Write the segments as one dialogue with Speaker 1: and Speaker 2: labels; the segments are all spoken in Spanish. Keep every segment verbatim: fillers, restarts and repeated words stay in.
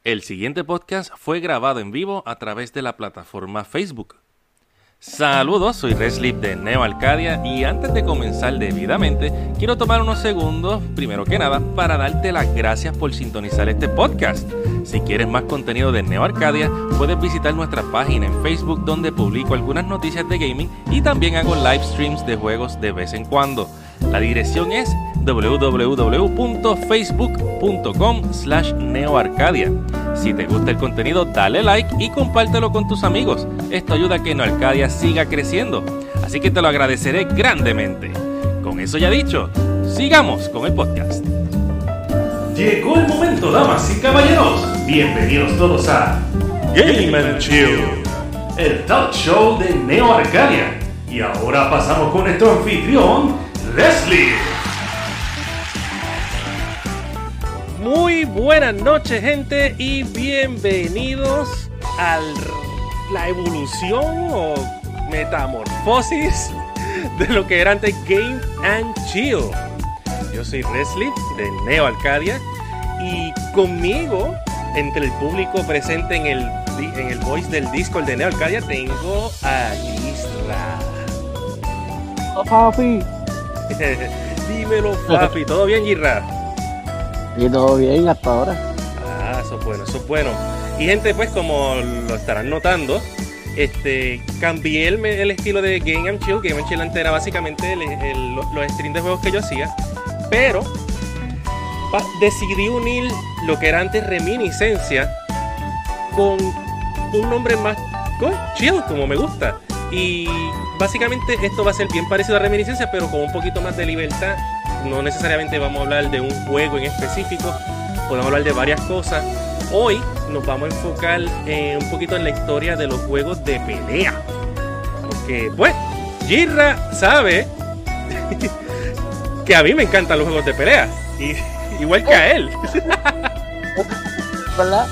Speaker 1: El siguiente podcast fue grabado en vivo a través de la plataforma Facebook. Saludos, soy Reslip de Neo Arcadia y antes de comenzar debidamente, quiero tomar unos segundos, primero que nada, para darte las gracias por sintonizar este podcast. Si quieres más contenido de Neo Arcadia, puedes visitar nuestra página en Facebook donde publico algunas noticias de gaming y también hago live streams de juegos de vez en cuando. La dirección es w w w punto facebook punto com slash neoarcadia. Si te gusta el contenido, dale like y compártelo con tus amigos. Esto ayuda a que Neo Arcadia siga creciendo, así que te lo agradeceré grandemente. Con eso ya dicho, sigamos con el podcast.
Speaker 2: Llegó el momento, damas y caballeros. Bienvenidos todos a Game and Chill, el talk show de Neo Arcadia. Y ahora pasamos con nuestro anfitrión, Leslie.
Speaker 1: Muy buenas noches, gente, y bienvenidos a la evolución o metamorfosis de lo que era antes Game and Chill. Yo soy Reslip de Neo Arcadia y conmigo, entre el público presente en el, en el voice del Discord de Neo Arcadia, tengo a Isra.
Speaker 3: Oh, papi.
Speaker 1: Dímelo, papi. ¿Todo bien, Isra?
Speaker 3: Y todo bien hasta ahora.
Speaker 1: Ah, eso es bueno, eso es bueno. Y gente, pues como lo estarán notando, este, cambié el, el estilo de Game and Chill. Game and Chill antes era básicamente el, el, los streams de juegos que yo hacía, pero pa, decidí unir lo que era antes Reminiscencia con un nombre más con chill, como me gusta. Y básicamente esto va a ser bien parecido a Reminiscencia, pero con un poquito más de libertad. No necesariamente vamos a hablar de un juego en específico, podemos hablar de varias cosas. Hoy nos vamos a enfocar eh, un poquito en la historia de los juegos de pelea, porque pues Jirra sabe que a mí me encantan los juegos de pelea, y, igual que a él.
Speaker 3: ¿Verdad?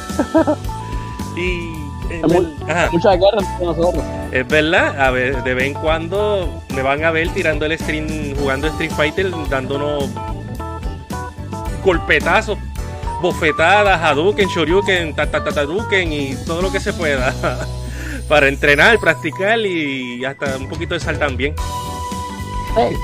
Speaker 1: Y eh,
Speaker 3: Mucha, mucha guerra entre nosotros.
Speaker 1: Es verdad, a ver, de vez en cuando me van a ver tirando el stream, jugando Street Fighter, dándonos golpetazos, bofetadas, Hadouken, Shoryuken, Tatataruken y todo lo que se pueda para entrenar, practicar y hasta un poquito de sal también.
Speaker 3: Hey.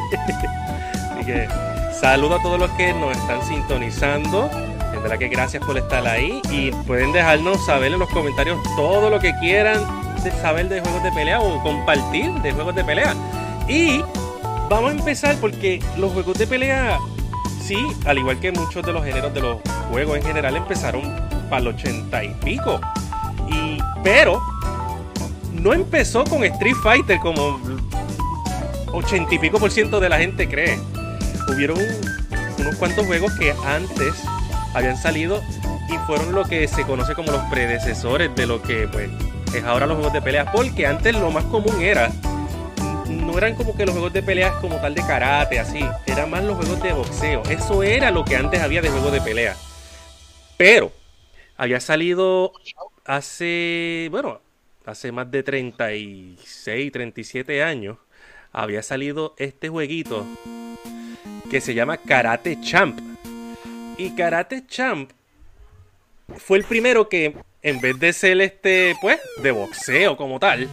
Speaker 1: Así que saludo a todos los que nos están sintonizando. En verdad que gracias por estar ahí y pueden dejarnos saber en los comentarios todo lo que quieran de saber de juegos de pelea o compartir de juegos de pelea. Y vamos a empezar porque los juegos de pelea, sí, al igual que muchos de los géneros de los juegos en general, empezaron para el ochenta y pico. Y, pero no empezó con Street Fighter como ochenta y pico por ciento de la gente cree. Hubieron unos cuantos juegos que antes habían salido y fueron lo que se conoce como los predecesores de lo que pues es ahora los juegos de peleas, porque antes lo más común era, no eran como que los juegos de peleas como tal de karate, así, eran más los juegos de boxeo. Eso era lo que antes había de juegos de pelea. Pero había salido hace, bueno, hace más de treinta y seis, treinta y siete años, había salido este jueguito que se llama Karate Champ. Y Karate Champ fue el primero que, en vez de ser este, pues, de boxeo como tal,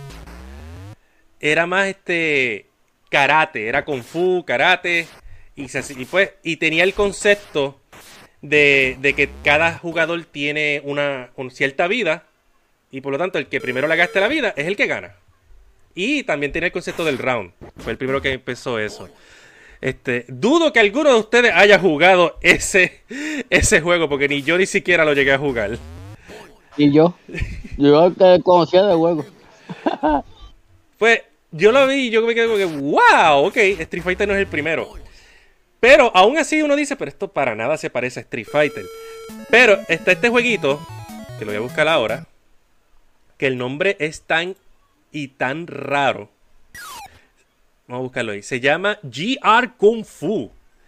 Speaker 1: era más este karate, era kung fu, karate, y, se, y pues, y tenía el concepto de, de que cada jugador tiene una, una cierta vida, y por lo tanto el que primero le gaste la vida es el que gana. Y también tenía el concepto del round, fue el primero que empezó eso. Este, dudo que alguno de ustedes haya jugado ese, ese juego, porque ni yo ni siquiera lo llegué a jugar.
Speaker 3: Y yo, yo que conocía de juego.
Speaker 1: Pues yo lo vi y yo me quedé como que, wow, ok, Street Fighter no es el primero. Pero aún así uno dice, pero esto para nada se parece a Street Fighter. Pero está este jueguito, que lo voy a buscar ahora, que el nombre es tan y tan raro. Vamos a buscarlo ahí. Se llama G R Kung Fu.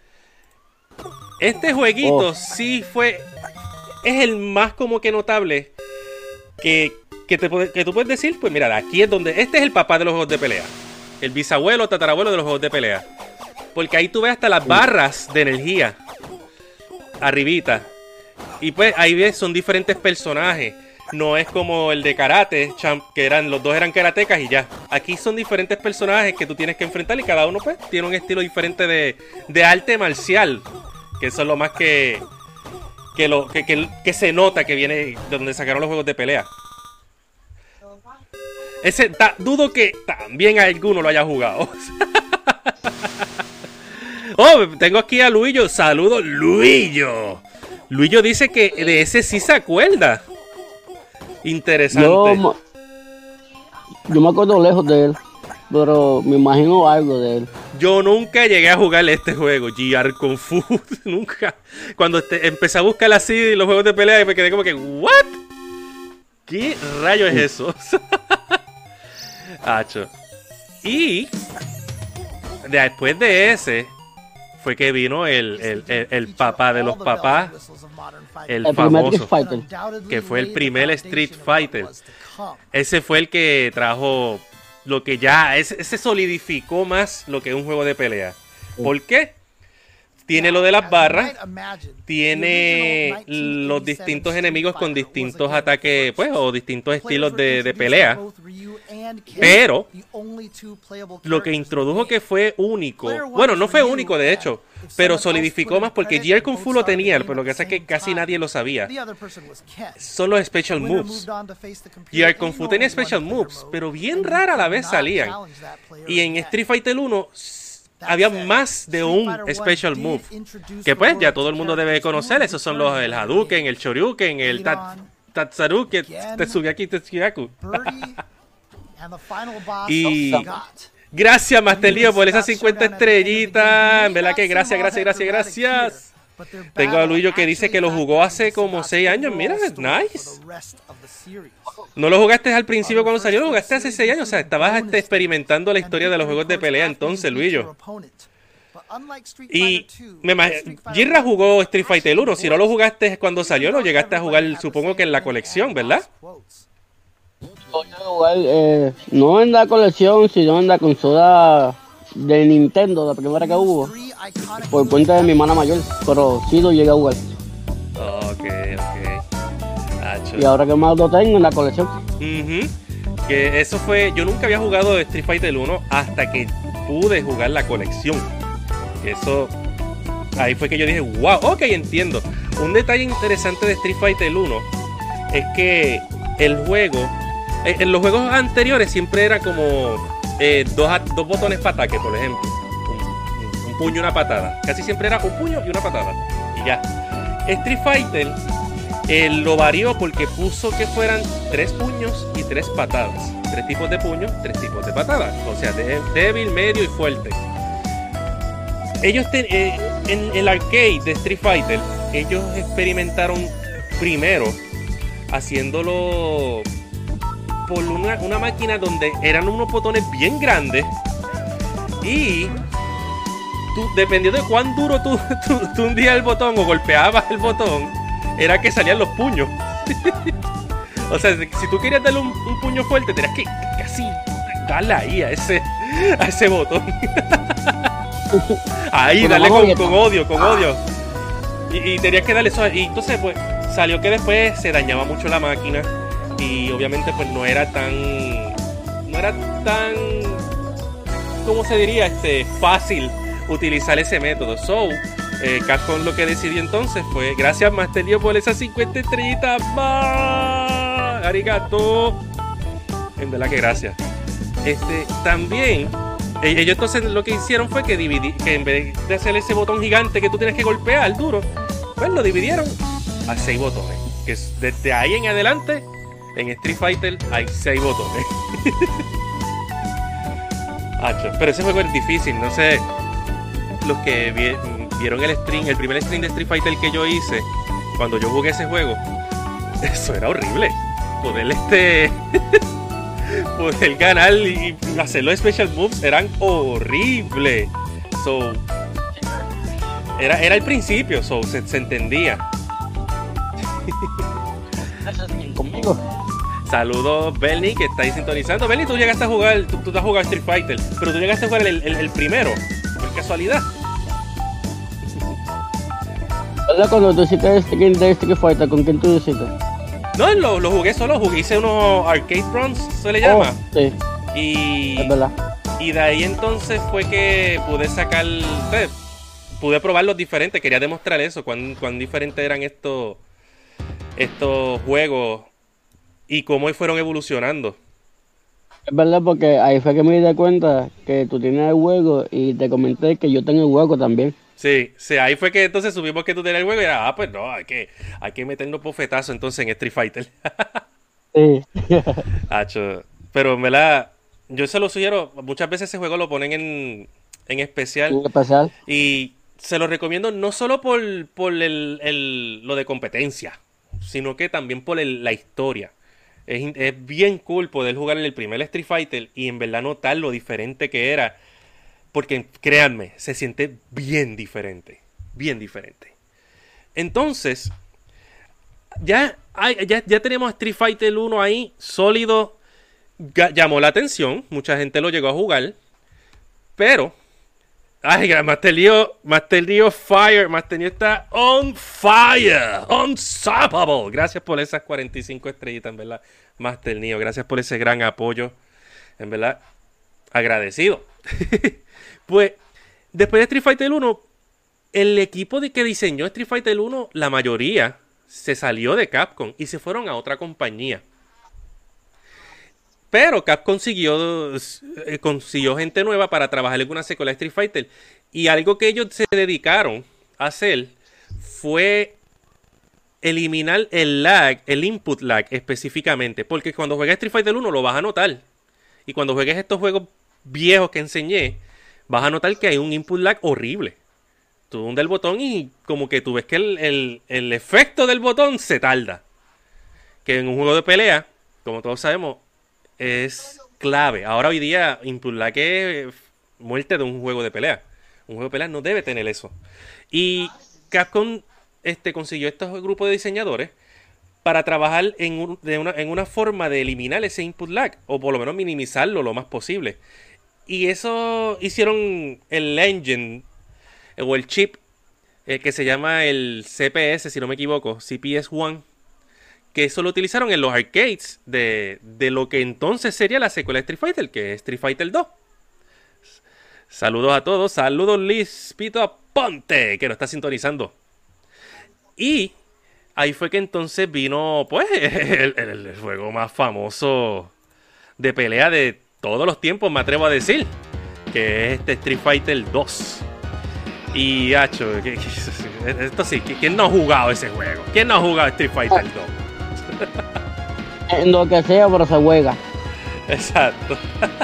Speaker 1: Este jueguito oh. sí fue... Es el más como que notable que, que, te, que tú puedes decir, pues mira, aquí es donde... Este es el papá de los juegos de pelea. El bisabuelo, tatarabuelo de los juegos de pelea. Porque ahí tú ves hasta las barras de energía arribita. Y pues ahí ves, son diferentes personajes. No es como el de karate, champ, que eran, los dos eran karatecas y ya. Aquí son diferentes personajes que tú tienes que enfrentar y cada uno pues tiene un estilo diferente de, de arte marcial. Que eso es lo más que, que, lo, que, que, que se nota que viene de donde sacaron los juegos de pelea. Ese, ta, dudo que también alguno lo haya jugado. Oh, tengo aquí a Luillo. Saludos, Luillo. Luillo dice que de ese sí se acuerda. Interesante.
Speaker 3: Yo, yo me acuerdo lejos de él, pero me imagino algo de él.
Speaker 1: Yo nunca llegué a jugar este juego, G R Kung Fu. Nunca. Cuando este, empecé a buscar así los juegos de pelea, me quedé como que, ¿what? ¿Qué rayo es eso? Hacho. Y después de ese fue que vino el, el, el, el papá de los papás, el, el famoso, que fue el primer Street Fighter. Ese fue el que trajo lo que ya, ese, ese solidificó más lo que es un juego de pelea. ¿Por qué? Tiene lo de las barras, tiene los distintos enemigos con distintos ataques, pues, o distintos estilos de, de pelea. Pero lo que introdujo que fue único, bueno, no fue único de hecho, pero solidificó más porque G R Kung Fu lo tenía, pero lo que pasa es que casi nadie lo sabía. Son los Special Moves. G R Kung Fu tenía Special Moves, pero bien rara a la vez salían. Y en Street Fighter uno había más de un Special Move, que pues ya todo el mundo debe conocer. Esos son los el Hadouken, el Shoryuken, el tat, Tatsaruken, Tetsugaki, Tetsuyaku. Y gracias, Master Leo, por esas cincuenta estrellitas. En verdad que gracias, gracias, gracias, gracias. Tengo a Luillo que dice que lo jugó hace como seis años. Mira, nice. No lo jugaste al principio cuando salió, lo jugaste hace seis años. O sea, estabas este, experimentando la historia de los juegos de pelea entonces, Luillo. Y me imagino, Jirra jugó Street Fighter uno. Si no lo jugaste cuando salió, lo llegaste a jugar, supongo que en la colección, ¿verdad?
Speaker 3: Jugar, eh, no en la colección, sino en la consola de Nintendo, la primera que hubo, por cuenta de mi hermana mayor, pero sí lo llegué a jugar.
Speaker 1: Ok, ok. Acho.
Speaker 3: Y ahora que más lo tengo en la colección.
Speaker 1: Uh-huh. Que eso fue, yo nunca había jugado Street Fighter uno hasta que pude jugar la colección. Eso, ahí fue que yo dije, wow, ok, entiendo. Un detalle interesante de Street Fighter uno es que el juego, en los juegos anteriores siempre era como eh, dos, dos botones para ataque, por ejemplo. Un, un puño y una patada. Casi siempre era un puño y una patada. Y ya. Street Fighter eh, lo varió porque puso que fueran tres puños y tres patadas. Tres tipos de puños, tres tipos de patadas. O sea, de, débil, medio y fuerte. Ellos ten, eh, en el arcade de Street Fighter, ellos experimentaron primero haciéndolo por una, una máquina donde eran unos botones bien grandes y tú, dependiendo de cuán duro tú, tú, tú hundías el botón o golpeabas el botón, era que salían los puños. O sea, si tú querías darle un, un puño fuerte, tenías que casi darle ahí a ese, a ese botón. Ahí, darle con, con odio, con odio. Y, y tenías que darle eso. Y entonces, pues, salió que después se dañaba mucho la máquina. Y obviamente, pues, no era tan... No era tan... ¿Cómo se diría? Este, fácil utilizar ese método. So, eh, Capcom lo que decidió entonces fue... Gracias, Master Leo, por esas cincuenta estrellitas más. Arigato. En verdad que gracias. Este, también... Ellos entonces lo que hicieron fue que dividir, que en vez de hacer ese botón gigante que tú tienes que golpear duro, pues lo dividieron a seis botones. Que es, desde ahí en adelante, en Street Fighter hay seis botones. Acho, pero ese juego es difícil, no sé. Los que vi, vieron el stream, el primer stream de Street Fighter que yo hice, cuando yo jugué ese juego, eso era horrible. Poder este. Poder ganar y hacer los special moves eran horribles. So, era, era el principio, so, se, se entendía.
Speaker 3: Conmigo.
Speaker 1: Saludos, Bernie, que está ahí sintonizando. Bernie, tú llegaste a jugar, tú, tú has jugado Street Fighter, pero tú llegaste a jugar el, el, el primero, por casualidad.
Speaker 3: ¿Verdad? Cuando tú hiciste este game de Street Fighter, ¿con quién tú lo hiciste?
Speaker 1: No, lo, lo jugué solo, jugué, hice unos arcade runs, se le llama.
Speaker 3: Oh, sí.
Speaker 1: Y,
Speaker 3: es verdad.
Speaker 1: Y de ahí entonces fue que pude sacar, eh, pude probar los diferentes, quería demostrar eso, cuán, cuán diferentes eran estos, estos juegos y cómo fueron evolucionando.
Speaker 3: Es verdad, porque ahí fue que me di cuenta que tú tienes el juego y te comenté que yo tengo el juego también.
Speaker 1: Sí, sí, ahí fue que entonces supimos que tú tenías el juego y era, ah, pues no, hay que, hay que meternos bofetazo entonces en Street Fighter.
Speaker 3: Sí.
Speaker 1: Hacho, pero me la, yo se lo sugiero, muchas veces ese juego lo ponen en, en especial.
Speaker 3: En especial.
Speaker 1: Y se lo recomiendo no solo por, por el, el, lo de competencia, sino que también por el, la historia. Es, es bien cool poder jugar en el primer Street Fighter y en verdad notar lo diferente que era. Porque créanme, se siente bien diferente. Bien diferente. Entonces, ya, hay, ya, ya tenemos Street Fighter uno ahí, sólido. Llamó la atención. Mucha gente lo llegó a jugar. Pero, ay, Master Leo, Master Leo Fire. Master Leo está on fire. Unstoppable. Gracias por esas cuarenta y cinco estrellitas, en verdad. Master Leo, gracias por ese gran apoyo. En verdad, agradecido. Pues, después de Street Fighter uno, el equipo de que diseñó Street Fighter uno, la mayoría se salió de Capcom y se fueron a otra compañía. Pero Capcom consiguió, eh, consiguió gente nueva para trabajar en una secuela de Street Fighter. Y algo que ellos se dedicaron a hacer fue eliminar el lag, el input lag específicamente. Porque cuando juegues Street Fighter uno lo vas a notar. Y cuando juegues estos juegos viejos que enseñé, vas a notar que hay un input lag horrible. Tú hundes el botón y como que tú ves que el, el, el efecto del botón se tarda. Que en un juego de pelea, como todos sabemos, es clave. Ahora hoy día input lag es muerte de un juego de pelea. Un juego de pelea no debe tener eso. Y Capcom este, consiguió estos grupos de diseñadores para trabajar en, un, de una, en una forma de eliminar ese input lag, o por lo menos minimizarlo lo más posible. Y eso hicieron el engine, o el chip, eh, que se llama el C P S, si no me equivoco, C P S uno, que eso lo utilizaron en los arcades de, de lo que entonces sería la secuela de Street Fighter, que es Street Fighter dos. Saludos a todos, saludos Liz Pito Ponte, que nos está sintonizando. Y ahí fue que entonces vino, pues, el, el, el juego más famoso de pelea de todos los tiempos, me atrevo a decir, que es este Street Fighter dos. Y, hacho, esto sí, ¿quién no ha jugado ese juego? ¿Quién no ha jugado Street Fighter dos?
Speaker 3: En lo que sea, pero se juega.
Speaker 1: Exacto.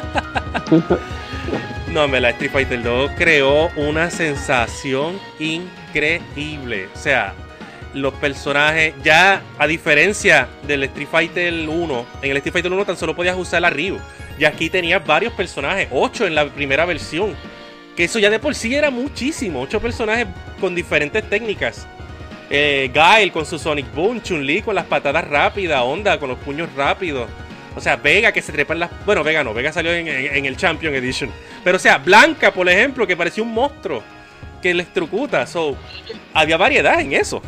Speaker 1: No, me la Street Fighter dos creó una sensación increíble. O sea, los personajes, ya a diferencia del Street Fighter uno, en el Street Fighter uno tan solo podías usar a Ryu. Y aquí tenías varios personajes, ocho en la primera versión. Que eso ya de por sí era muchísimo. Ocho personajes con diferentes técnicas. Eh, Guile con su Sonic Boom, Chun-Li con las patadas rápidas, Honda con los puños rápidos. O sea, Vega que se trepa en las... Bueno, Vega no, Vega salió en, en, en el Champion Edition. Pero o sea, Blanca, por ejemplo, que parecía un monstruo que electrocuta. So, había variedad en eso.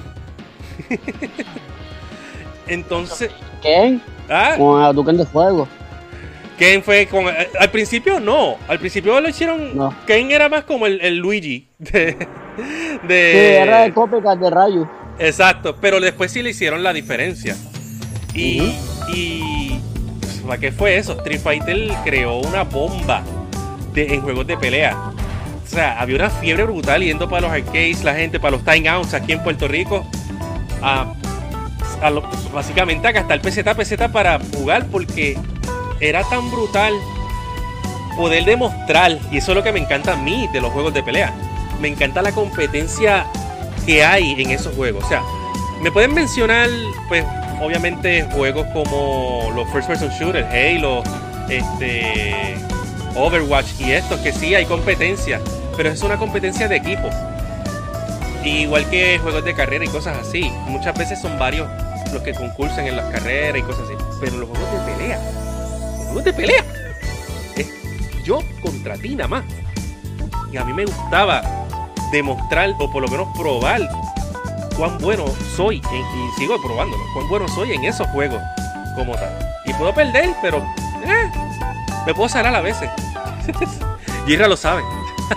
Speaker 1: Entonces...
Speaker 3: ¿Quién?
Speaker 1: ¿Ah?
Speaker 3: Con el Hadouken de fuego.
Speaker 1: Ken fue con... Al principio no. Al principio lo hicieron... No. Ken era más como el, el Luigi. De, de...
Speaker 3: Sí, era de copycat de Rayo.
Speaker 1: Exacto. Pero después sí le hicieron la diferencia. Y... Uh-huh. Y... ¿Para qué fue eso? Street Fighter creó una bomba de, en juegos de pelea. O sea, había una fiebre brutal yendo para los arcades, la gente, para los timeouts aquí en Puerto Rico. A, a lo, básicamente a gastar peseta peseta para jugar porque... Era tan brutal poder demostrar, y eso es lo que me encanta a mí de los juegos de pelea. Me encanta la competencia que hay en esos juegos. O sea, me pueden mencionar, pues, obviamente, juegos como los First Person Shooter, Halo, este, Overwatch y estos, que sí hay competencia, pero es una competencia de equipo. Igual que juegos de carrera y cosas así. Muchas veces son varios los que concursan en las carreras y cosas así. Pero los juegos de pelea, de pelea es yo contra ti nada más. Y a mí me gustaba demostrar, o por lo menos probar, cuán bueno soy, en, y sigo probándolo, cuán bueno soy en esos juegos como tal. Y puedo perder, pero eh, me puedo salar a veces. Jirra lo sabe.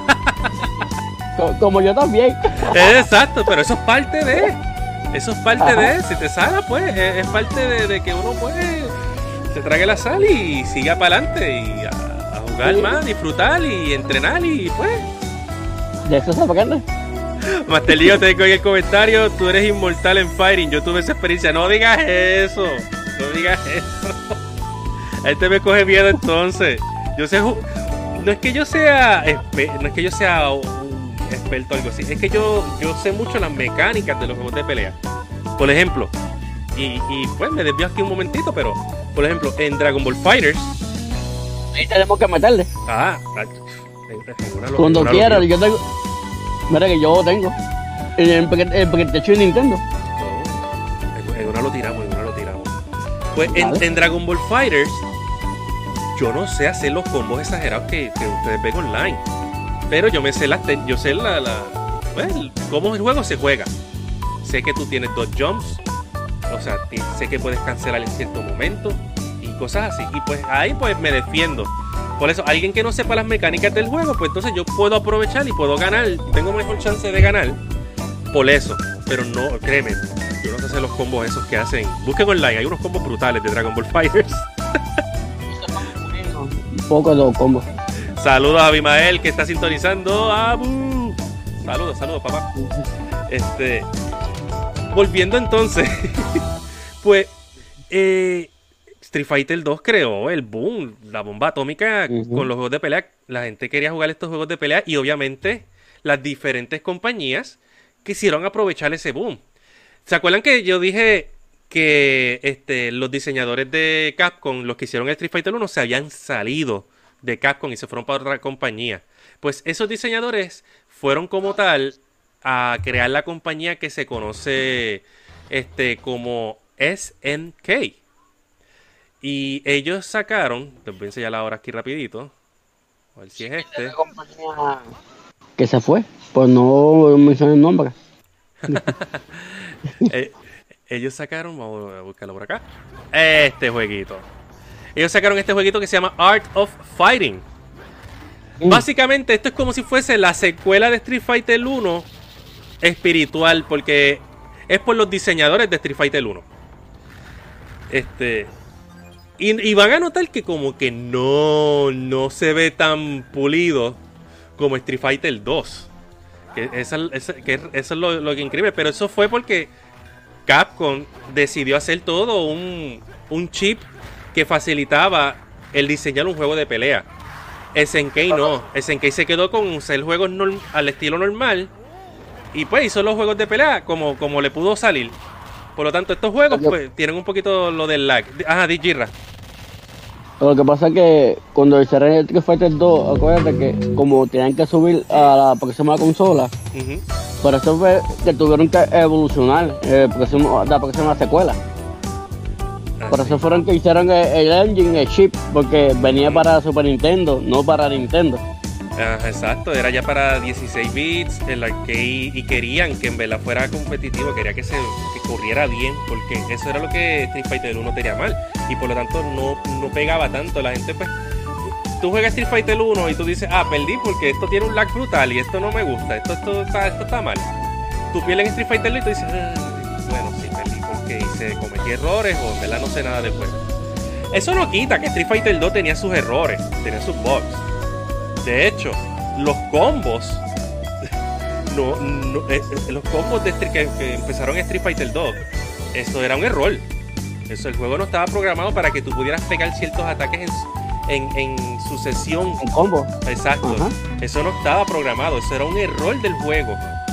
Speaker 3: Como yo también.
Speaker 1: Exacto, pero eso es parte de. Eso es parte Ajá. de. Si te sala, pues, es, es parte de, de que uno puede. Se trague la sal y siga para adelante. Y a, a jugar sí. más, disfrutar y entrenar y pues.
Speaker 3: De eso se aprende.
Speaker 1: Master Lío, te digo en el comentario: tú eres inmortal en Fighting. Yo tuve esa experiencia. No digas eso. No digas eso. Ahí te me coge miedo entonces. Yo sé. No es que yo sea. No es que yo sea. experto o algo así, es que yo, yo sé mucho las mecánicas de los juegos de pelea. Por ejemplo, y, y pues me desvío aquí un momentito, pero por ejemplo, en Dragon Ball FighterZ
Speaker 3: ahí tenemos que meterle.
Speaker 1: Ah,
Speaker 3: una, cuando quieras, yo tengo. Mira que yo tengo el PlayStation de Nintendo.
Speaker 1: Oh, en una lo tiramos, en una lo tiramos. Pues en, en Dragon Ball FighterZ yo no sé hacer los combos exagerados que, que ustedes ven online. Pero yo me sé la, yo sé la, la well, cómo el juego se juega. Sé que tú tienes dos jumps, o sea, sé que puedes cancelar en cierto momento y cosas así. Y pues ahí pues me defiendo. Por eso, alguien que no sepa las mecánicas del juego, pues entonces yo puedo aprovechar y puedo ganar. Tengo mejor chance de ganar por eso. Pero no, créeme, yo no sé hacer los combos esos que hacen. Busquen online, hay unos combos brutales de Dragon Ball FighterZ.
Speaker 3: Un poco de los combos.
Speaker 1: Saludos a Abimael que está sintonizando. ¡Abu! Saludos, saludos, papá. Este, volviendo entonces, pues eh, Street Fighter dos creó el boom, la bomba atómica uh-huh. con los juegos de pelea. La gente quería jugar estos juegos de pelea y obviamente las diferentes compañías quisieron aprovechar ese boom. ¿Se acuerdan que yo dije que este, los diseñadores de Capcom, los que hicieron el Street Fighter uno, se habían salido de Capcom y se fueron para otra compañía? Pues esos diseñadores fueron como tal a crear la compañía que se conoce este, como S N K. Y ellos sacaron, les voy a enseñar ahora aquí rapidito, a ver si es este.
Speaker 3: Que se fue, pues no mencioné el nombre.
Speaker 1: eh, ellos sacaron, vamos a buscarlo por acá, este jueguito. Ellos sacaron este jueguito que se llama Art of Fighting. Mm. Básicamente esto es como si fuese la secuela de Street Fighter uno espiritual, porque es por los diseñadores de Street Fighter uno. Este... Y, y van a notar que como que no, no se ve tan pulido como Street Fighter dos. Que eso, eso, que eso es lo, lo que increíble. Pero eso fue porque Capcom decidió hacer todo un, un chip que facilitaba el diseñar un juego de pelea. S N K no. S N K se quedó con hacer juegos norm, al estilo normal. Y pues hizo los juegos de pelea como, como le pudo salir. Por lo tanto, estos juegos pues tienen un poquito lo del lag. Ajá, di Jirra.
Speaker 3: Lo que pasa es que cuando hicieron el Street Fighter dos, acuérdate que como tenían que subir a la próxima consola, uh-huh. por eso fue que tuvieron que evolucionar eh, próximo, la próxima secuela. Ah, por sí. eso fueron que hicieron el, el engine, el chip, porque venía uh-huh. para Super Nintendo, no para Nintendo.
Speaker 1: Ah, exacto, era ya para dieciséis bits, el arcade, y querían que en verdad fuera competitivo, quería que se que corriera bien, porque eso era lo que Street Fighter uno tenía mal, y por lo tanto no, no pegaba tanto. La gente pues, tú juegas Street Fighter uno y tú dices, ah, perdí porque esto tiene un lag brutal y esto no me gusta, esto, esto, está, esto está mal. Tú pierdes en Street Fighter dos y tú dices, ah, bueno, sí, perdí porque hice, cometí errores o en verdad no sé nada del juego. Eso no quita que Street Fighter dos tenía sus errores, tenía sus bugs. De hecho, los combos no, no eh, los combos de Street, que, que empezaron en Street Fighter dos, eso era un error. Eso, el juego no estaba programado para que tú pudieras pegar ciertos ataques en, en, en sucesión.
Speaker 3: En combo.
Speaker 1: Exacto. Uh-huh. Eso no estaba programado, eso era un error del juego.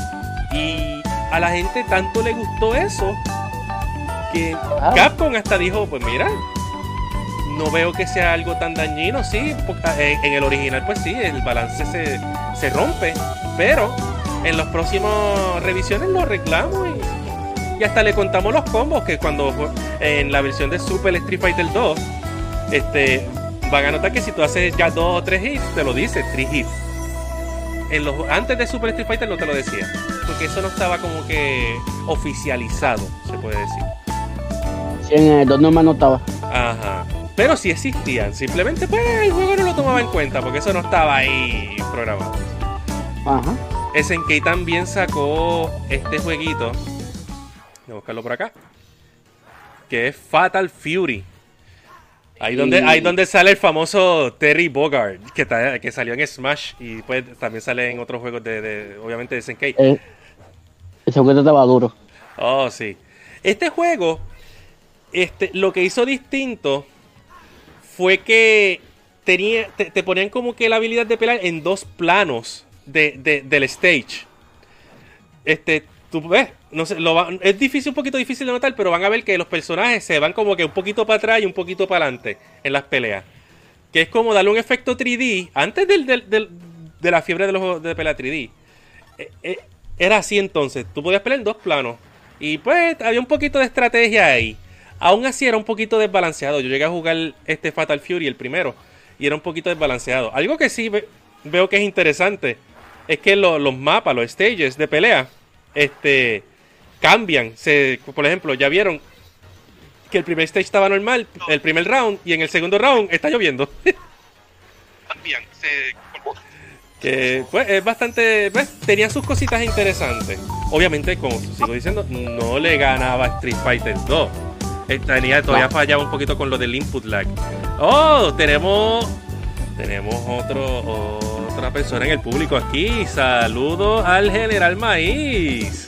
Speaker 1: Y a la gente tanto le gustó eso que uh-huh. Capcom hasta dijo, pues mira, no veo que sea algo tan dañino, sí, porque en el original pues sí, el balance se, se rompe, pero en las próximas revisiones lo arreglamos y, y hasta le contamos los combos, que cuando en la versión de Super Street Fighter dos, este, van a notar que si tú haces ya dos o tres hits, te lo dice, tres hits. En los, antes de Super Street Fighter no te lo decía. Tú porque eso no estaba como que oficializado, se puede decir.
Speaker 3: Sí, en el dos nomás no estaba.
Speaker 1: Ajá. Pero sí existían, simplemente pues el juego no lo tomaba en cuenta porque eso no estaba ahí programado.
Speaker 3: Ajá.
Speaker 1: S N K también sacó este jueguito, voy a buscarlo por acá, que es Fatal Fury. Ahí donde, ahí donde sale el famoso Terry Bogard, que, está, que salió en Smash y pues también sale en otros juegos de, de obviamente de S N K.
Speaker 3: Eh, ese juego estaba duro.
Speaker 1: Oh, sí. Este juego, este, lo que hizo distinto fue que tenía, te, te ponían como que la habilidad de pelear en dos planos de, de, del stage. Este, tú ves, no sé, lo va, es difícil, un poquito difícil de notar, pero van a ver que los personajes se van como que un poquito para atrás y un poquito para adelante en las peleas. Que es como darle un efecto tres D. Antes del, del, del, de la fiebre de los juegos de pelea tres D. Eh, eh, era así entonces. Tú podías pelear en dos planos. Y pues había un poquito de estrategia ahí. Aún así era un poquito desbalanceado. Yo llegué a jugar este Fatal Fury, el primero. Y era un poquito desbalanceado. Algo que sí ve, veo que es interesante. Es que lo, los mapas, los stages de pelea. Este... cambian, se, por ejemplo, ya vieron que el primer stage estaba normal, el primer round, y en el segundo round está lloviendo. Cambian, se... que pues es bastante, pues, tenía sus cositas interesantes. Obviamente, como sigo diciendo, no le ganaba Street Fighter dos. Tenía, todavía fallaba un poquito con lo del input lag. Oh, tenemos tenemos otro otra persona en el público aquí. Saludos al General Maíz.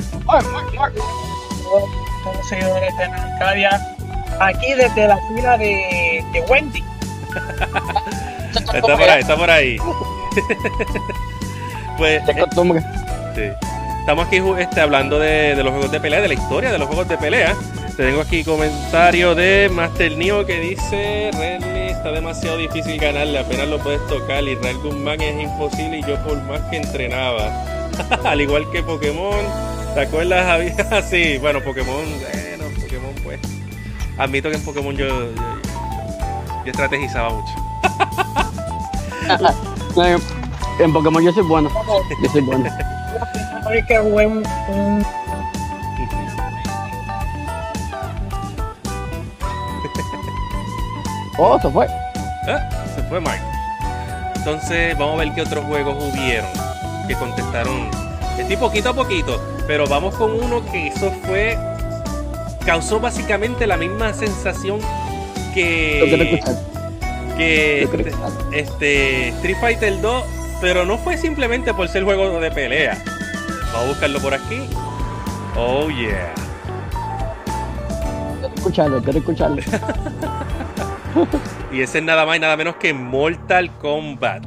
Speaker 4: Todos seguidores de Arcadia, aquí desde la fila de, de Wendy.
Speaker 1: Está por ahí, está por ahí. Pues, eh, sí. Estamos aquí este, hablando de, de los juegos de pelea, de la historia de los juegos de pelea. Tengo aquí comentario de Master Neo que dice: Renly, está demasiado difícil ganarle, apenas lo puedes tocar, y Real Gunman es imposible, y yo por más que entrenaba. Al igual que Pokémon. ¿Te acuerdas? Había sí, bueno, Pokémon, bueno, Pokémon pues. Admito que en Pokémon yo, yo, yo estrategizaba mucho.
Speaker 3: En Pokémon yo soy bueno. Yo soy bueno.
Speaker 4: Hay que jugar un, un...
Speaker 3: Oh, se fue.
Speaker 1: Ah, se fue Mark. Entonces, vamos a ver qué otros juegos hubieron que contestaron. Estoy poquito a poquito, pero vamos con uno que eso fue. Causó básicamente la misma sensación que. Que este, este Street Fighter dos, pero no fue simplemente por ser juego de pelea. Vamos a buscarlo por aquí. Oh yeah.
Speaker 3: Quiero escucharlo, quiero escucharlo.
Speaker 1: Y ese es nada más y nada menos que Mortal Kombat.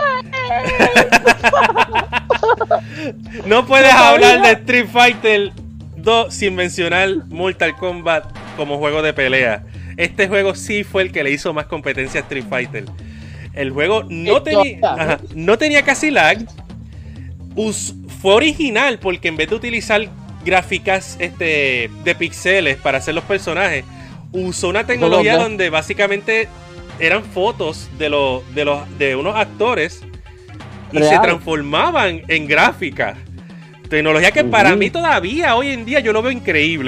Speaker 1: No puedes hablar de Street Fighter dos sin mencionar Mortal Kombat como juego de pelea. Este juego sí fue el que le hizo más competencia a Street Fighter. El juego no, teni ajá, no tenía casi lag. Us fue original porque en vez de utilizar gráficas este, de píxeles para hacer los personajes, usó una tecnología donde básicamente eran fotos de, los, de, los, de unos actores y Real. se transformaban en gráficas. Tecnología que uh-huh. para mí todavía hoy en día yo lo veo increíble.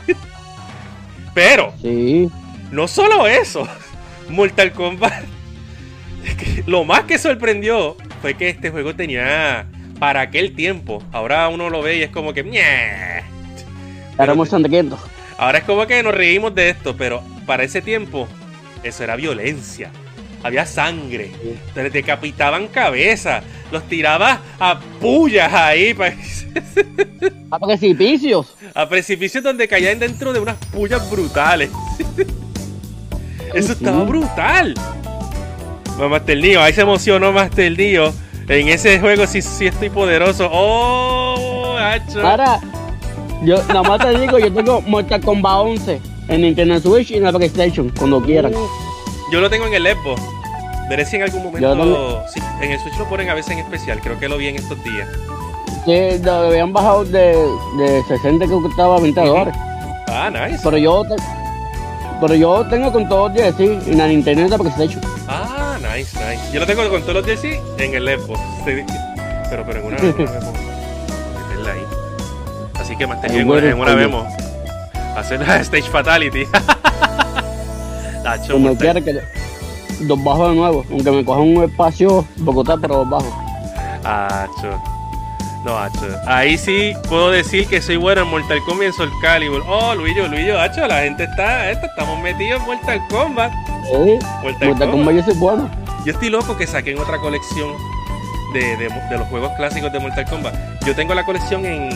Speaker 1: Pero
Speaker 3: sí.
Speaker 1: no solo eso, Mortal Kombat, lo más que sorprendió fue que este juego tenía, para aquel tiempo, ahora uno lo ve y es como que
Speaker 3: Pero,
Speaker 1: ahora es como que nos reímos de esto, pero para ese tiempo eso era violencia. Había sangre, sí. Te decapitaban cabezas, los tirabas a pullas ahí.
Speaker 3: A precipicios.
Speaker 1: A precipicios donde caían dentro de unas pullas brutales. Eso estaba brutal. Master Neo, ahí se emocionó Master Neo. En ese juego sí, sí estoy poderoso. ¡Oh, hacho!
Speaker 3: Ahora, yo nada más te digo, yo tengo Mortal Kombat once en Nintendo Switch y en la PlayStation, cuando quieran.
Speaker 1: Uh, yo lo tengo en el Xbox. Veré si en algún momento... Sí, en el Switch lo ponen a veces en especial. Creo que lo vi en estos días.
Speaker 3: Sí, lo habían bajado de, de sesenta, que costaba veinte dólares.
Speaker 1: Ah, nice.
Speaker 3: Pero yo... Te... Pero yo tengo con todos los D L C en la Nintendo porque se ha hecho.
Speaker 1: Ah, nice, nice. Yo lo tengo con todos los D L C en el Xbox. Pero, pero en una... una meterla ahí. Así que Master Chief en, una- en una vemos. Hacer la Stage Fatality. Tacho,
Speaker 3: Como
Speaker 1: mortal.
Speaker 3: quiera que los bajo de nuevo, aunque me cojan un espacio Bogotá, pero los bajo.
Speaker 1: Acho. No, Acho. Ahí sí puedo decir que soy bueno en Mortal Kombat y en Soul Calibur. Oh, Luillo, Luillo, Acho, la gente está, esto, estamos metidos en Mortal Kombat.
Speaker 3: Sí,
Speaker 1: Mortal
Speaker 3: Mortal
Speaker 1: Kombat.
Speaker 3: Kombat yo soy bueno.
Speaker 1: Yo estoy loco que saquen otra colección de, de, de los juegos clásicos de Mortal Kombat. Yo tengo la colección en,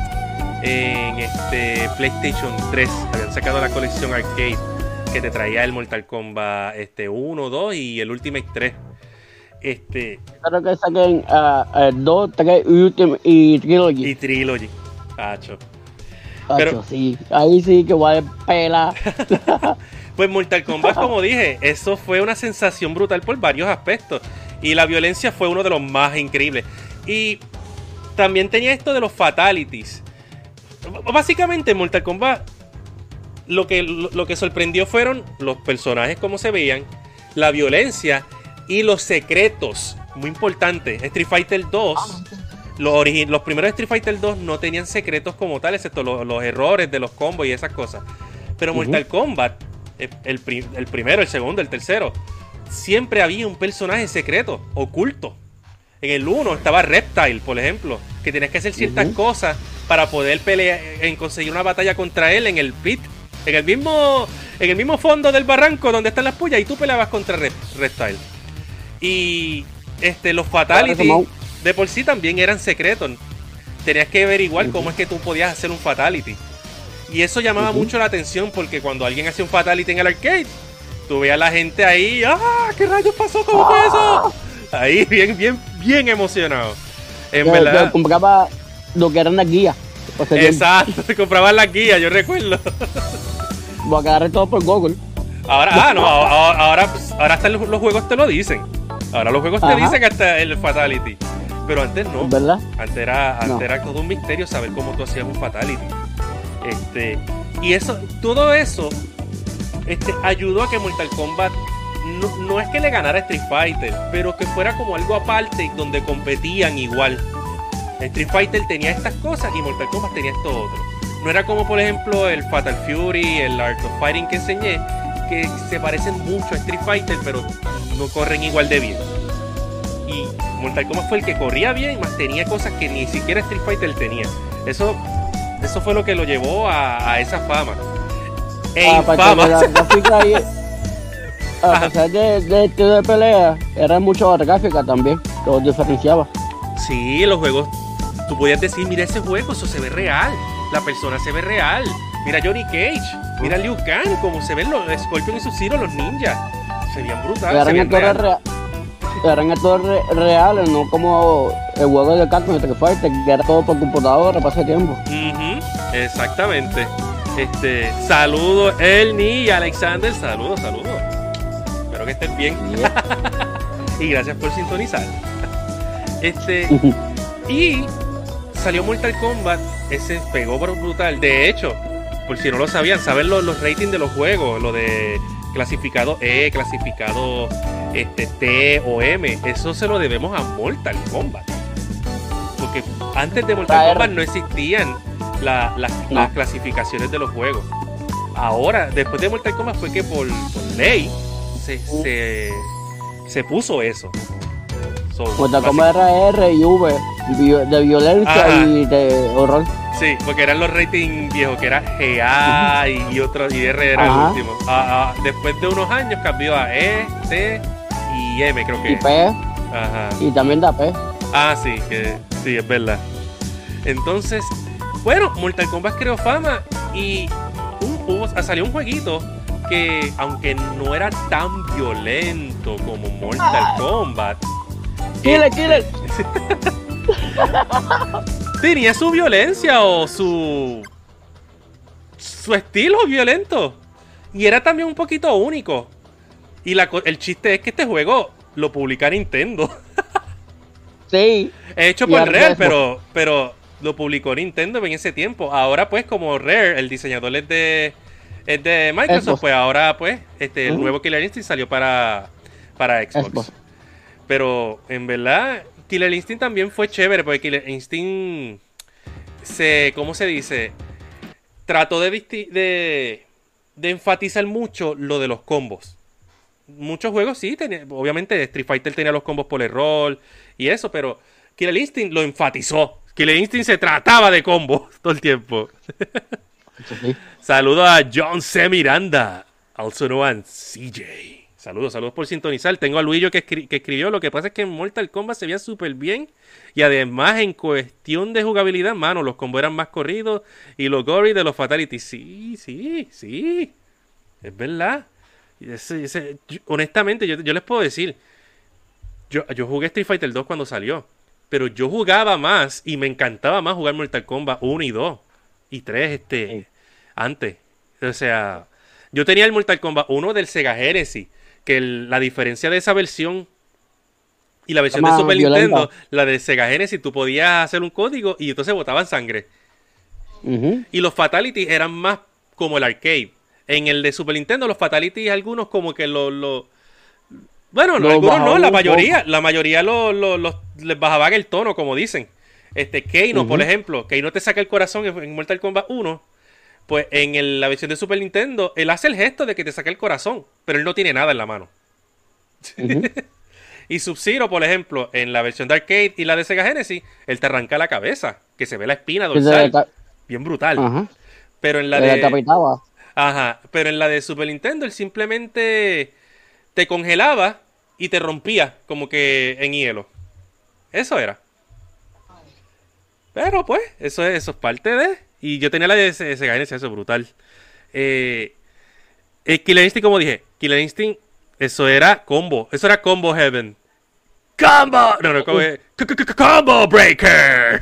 Speaker 1: en este PlayStation tres. Habían sacado la colección arcade que te traía el Mortal Kombat este, uno, dos y el Ultimate tres. Este,
Speaker 3: Espero que saquen uh, dos, tres y, Ultimate- y Trilogy.
Speaker 1: y Trilogy. Tacho.
Speaker 3: Tacho,
Speaker 1: pero-
Speaker 3: sí, ahí sí que voy a pela.
Speaker 1: Pues Mortal Kombat, como dije, eso fue una sensación brutal por varios aspectos. Y la violencia fue uno de los más increíbles. Y también tenía esto de los fatalities. B- Básicamente, Mortal Kombat, lo que, lo, lo que sorprendió fueron los personajes como se veían, la violencia y los secretos. Muy importante. Street Fighter dos. Los, origi- los primeros Street Fighter dos no tenían secretos como tal, excepto lo- los errores de los combos y esas cosas. Pero
Speaker 3: Ujú.
Speaker 1: Mortal Kombat, el, el pri- el primero, el segundo, el tercero, siempre había un personaje secreto, oculto. En el uno estaba Reptile, por ejemplo, que tenías que hacer ciertas
Speaker 3: Ujú. cosas
Speaker 1: cosas para poder pelear, en conseguir una batalla contra él en el pit, en el mismo, en el mismo fondo del barranco donde están las pullas, y tú peleabas contra Rep- Reptile. Y este, los fatalities
Speaker 3: Claro, como-
Speaker 1: de por sí también eran secretos. Tenías que averiguar
Speaker 3: Ujú.
Speaker 1: cómo es que tú podías hacer un fatality. Y eso llamaba
Speaker 3: Ujú.
Speaker 1: mucho la atención porque cuando alguien hacía un fatality en el arcade, tú veías a la gente ahí, ¡ah! ¿Qué rayos pasó? ¿Cómo fue eso? Ahí bien, bien, bien emocionado. En
Speaker 3: Yo,
Speaker 1: verdad.
Speaker 3: yo compraba lo que eran las guías. O sea, yo
Speaker 1: Exacto, te compraban las guías, yo recuerdo.
Speaker 3: voy a agarrar todo por Google.
Speaker 1: Ahora, ah, no, ahora, ahora, pues, ahora hasta los, los juegos te lo dicen. Ahora los juegos te
Speaker 3: Ajá.
Speaker 1: dicen hasta el fatality. Pero antes no.
Speaker 3: ¿Verdad?
Speaker 1: Antes era, antes
Speaker 3: No.
Speaker 1: era todo un misterio saber cómo tú hacías un fatality. Este, y eso, todo eso este, ayudó a que Mortal Kombat no, no es que le ganara a Street Fighter, pero que fuera como algo aparte donde competían igual. Street Fighter tenía estas cosas y Mortal Kombat tenía esto otro. No era como por ejemplo el Fatal Fury, el Art of Fighting que enseñé, que se parecen mucho a Street Fighter, pero no corren igual de bien. Y Mortal Kombat fue el que corría bien, más tenía cosas que ni siquiera Street Fighter tenía. Eso, eso fue lo que lo llevó a, a esa fama. E
Speaker 3: Aparte
Speaker 1: infama.
Speaker 3: de la gráfica ahí, a
Speaker 1: Ajá.
Speaker 3: pesar de, de estilo de pelea, era mucho la gráfica también, que los diferenciaba.
Speaker 1: Sí, los juegos, tú podías decir, mira ese juego, eso se ve real. La persona se ve real. Mira Johnny Cage, mira Liu Kang, como se ven los Scorpion y Sub-Zero, los ninjas. Se veían brutales, se
Speaker 3: Eran
Speaker 1: veían
Speaker 3: actores,
Speaker 1: reales.
Speaker 3: rea- eran actores re- reales, no como el juego de Capcom Street Fighter, que era todo por computadora, pasa tiempo.
Speaker 1: Ujú, exactamente. Este, saludos, Elni y Alexander, saludos, saludos. Espero que estén bien. Y gracias por sintonizar. Este, y salió Mortal Kombat, ese pegó por brutal. De hecho, por si no lo sabían, saben los, los ratings de los juegos, lo de clasificado E, clasificado este, T o M, eso se lo debemos a Mortal Kombat. Porque antes de Mortal
Speaker 3: Traer.
Speaker 1: Kombat no existían la- la-
Speaker 3: No.
Speaker 1: las clasificaciones de los juegos. Ahora, después de Mortal Kombat fue que por, por ley se, se, se puso eso. So,
Speaker 3: Mortal
Speaker 1: básic-
Speaker 3: Kombat era R y V, vi- de violencia
Speaker 1: Ajá.
Speaker 3: y de horror.
Speaker 1: Sí, porque eran los ratings viejos, que era G A y, y otros, y R era
Speaker 3: Ajá.
Speaker 1: el último. Ah, ah, después de unos años cambió a E, T y M, creo que.
Speaker 3: Y P,
Speaker 1: Ajá.
Speaker 3: y también da P.
Speaker 1: Ah, sí, que sí, es verdad. Entonces, bueno, Mortal Kombat creó fama y un, hubo- salió un jueguito que, aunque no era tan violento como Mortal Kombat,
Speaker 3: Killer,
Speaker 1: eh,
Speaker 3: killer.
Speaker 1: tenía su violencia o su su estilo violento y era también un poquito único. Y la, co- el chiste es que este juego lo publica Nintendo.
Speaker 3: Sí.
Speaker 1: Hecho
Speaker 3: Y
Speaker 1: por
Speaker 3: ahora
Speaker 1: Rare,
Speaker 3: es-
Speaker 1: pero, pero lo publicó Nintendo en ese tiempo. Ahora pues como Rare, el diseñador es de, es de Microsoft,
Speaker 3: Xbox.
Speaker 1: pues ahora pues este, el
Speaker 3: Ujú.
Speaker 1: nuevo Killer Instinct salió para, para Xbox.
Speaker 3: Xbox.
Speaker 1: Pero en verdad, Killer Instinct también fue chévere, porque Killer Instinct se, ¿cómo se dice? Trató de, de, de enfatizar mucho lo de los combos. Muchos juegos sí, tenía, obviamente Street Fighter tenía los combos por error y eso, pero Killer Instinct lo enfatizó. Killer Instinct se trataba de combos todo el tiempo. Sí. Saludos a John C. Miranda, also known C J. Saludos, saludos por sintonizar. Tengo a Luillo que, escri que escribió. Lo que pasa es que en Mortal Kombat se veía súper bien. Y además, en cuestión de jugabilidad, mano, los combos eran más corridos. Y los gory de los fatalities. Sí, sí, sí. Es verdad. Ese, ese, yo, honestamente, yo, yo les puedo decir. Yo, yo jugué Street Fighter dos cuando salió. Pero yo jugaba más y me encantaba más jugar Mortal Kombat uno y dos. Y tres, este, sí. antes. O sea, yo tenía el Mortal Kombat uno del Sega Genesis. Que el, la diferencia de esa versión y la versión de Super violenta. Nintendo, la de Sega Genesis, tú podías hacer un código y entonces botaban sangre. Uh-huh. Y los fatalities eran más como el arcade. En el de Super Nintendo, los fatalities, algunos como que los... Lo, bueno, no, algunos no, la mayoría. La mayoría lo, lo, lo, les bajaban el tono, como dicen. Este, Kano, uh-huh. por ejemplo. Kano te saca el corazón en, en Mortal Kombat uno. Pues en el, la versión de Super Nintendo, él hace el gesto de que te saque el corazón, pero él no tiene nada en la mano. Uh-huh. Y Sub-Zero, por ejemplo, en la versión de arcade y la de Sega Genesis, él te arranca la cabeza, que se ve la espina dorsal, bien brutal. Uh-huh. Pero en la de...
Speaker 3: Decapitaba.
Speaker 1: Ajá, pero en la de Super Nintendo, él simplemente te congelaba y te rompía, como que en hielo. Eso era. Pero pues, eso es, eso es parte de... Y yo tenía la de Sega Genesis, eso es brutal. Eh, el Killer Instinct, como dije, Killer Instinct, eso era combo. Eso era combo heaven. ¡Combo! No, no, combo, combo breaker.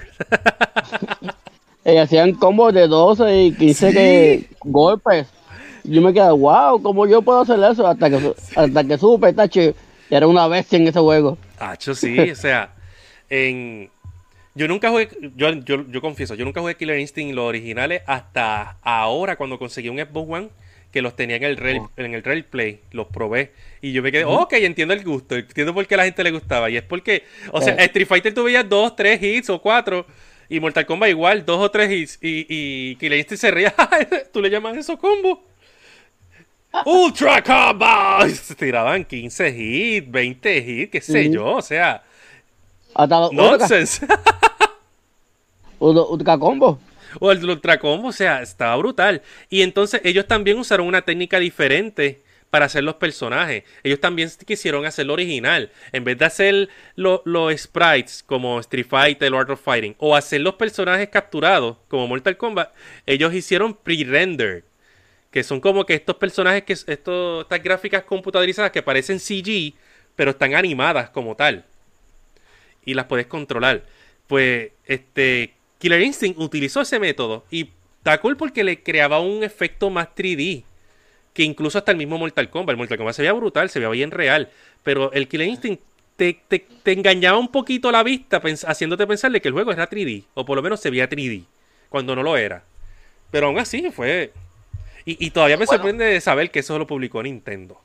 Speaker 3: Y hacían combos de doce y quince sí. que, golpes. Yo me quedé, wow, ¿cómo yo puedo hacer eso? Hasta que, hasta que supe, tacho, era una bestia en ese juego.
Speaker 1: Tacho, sí, o sea, en... Yo nunca jugué, yo, yo, yo confieso, yo nunca jugué Killer Instinct los originales hasta ahora cuando conseguí un Xbox One que los tenía en el Rail, oh. en el Rail Play, los probé y yo me quedé, uh-huh. ok, entiendo el gusto, entiendo por qué a la gente le gustaba y es porque, o sea, eh. Street Fighter tú veías dos, tres hits o cuatro y Mortal Kombat igual, dos o tres hits y, y Killer Instinct se reía, ¿tú le llamas eso combo? Ultra Combo, se tiraban quince hits, veinte hits, qué sé uh-huh. yo, o sea,
Speaker 3: hasta
Speaker 1: nonsense.
Speaker 3: Ultra Combo.
Speaker 1: O el Ultra Combo, o sea, estaba brutal. Y entonces ellos también usaron una técnica diferente para hacer los personajes. Ellos también quisieron hacerlo original. En vez de hacer los lo sprites como Street Fighter, Art of Fighting, o hacer los personajes capturados como Mortal Kombat, ellos hicieron pre-render. Que son como que estos personajes, que estos, estas gráficas computarizadas que parecen C G, pero están animadas como tal. Y las puedes controlar. Pues, este... Killer Instinct utilizó ese método y está cool porque le creaba un efecto más tres D que incluso hasta el mismo Mortal Kombat. El Mortal Kombat se veía brutal, se veía bien real, pero el Killer Instinct te, te, te engañaba un poquito la vista pens haciéndote pensarle que el juego era tres D, o por lo menos se veía tres D, cuando no lo era. Pero aún así fue... Y, y todavía me bueno. sorprende saber que eso lo publicó Nintendo.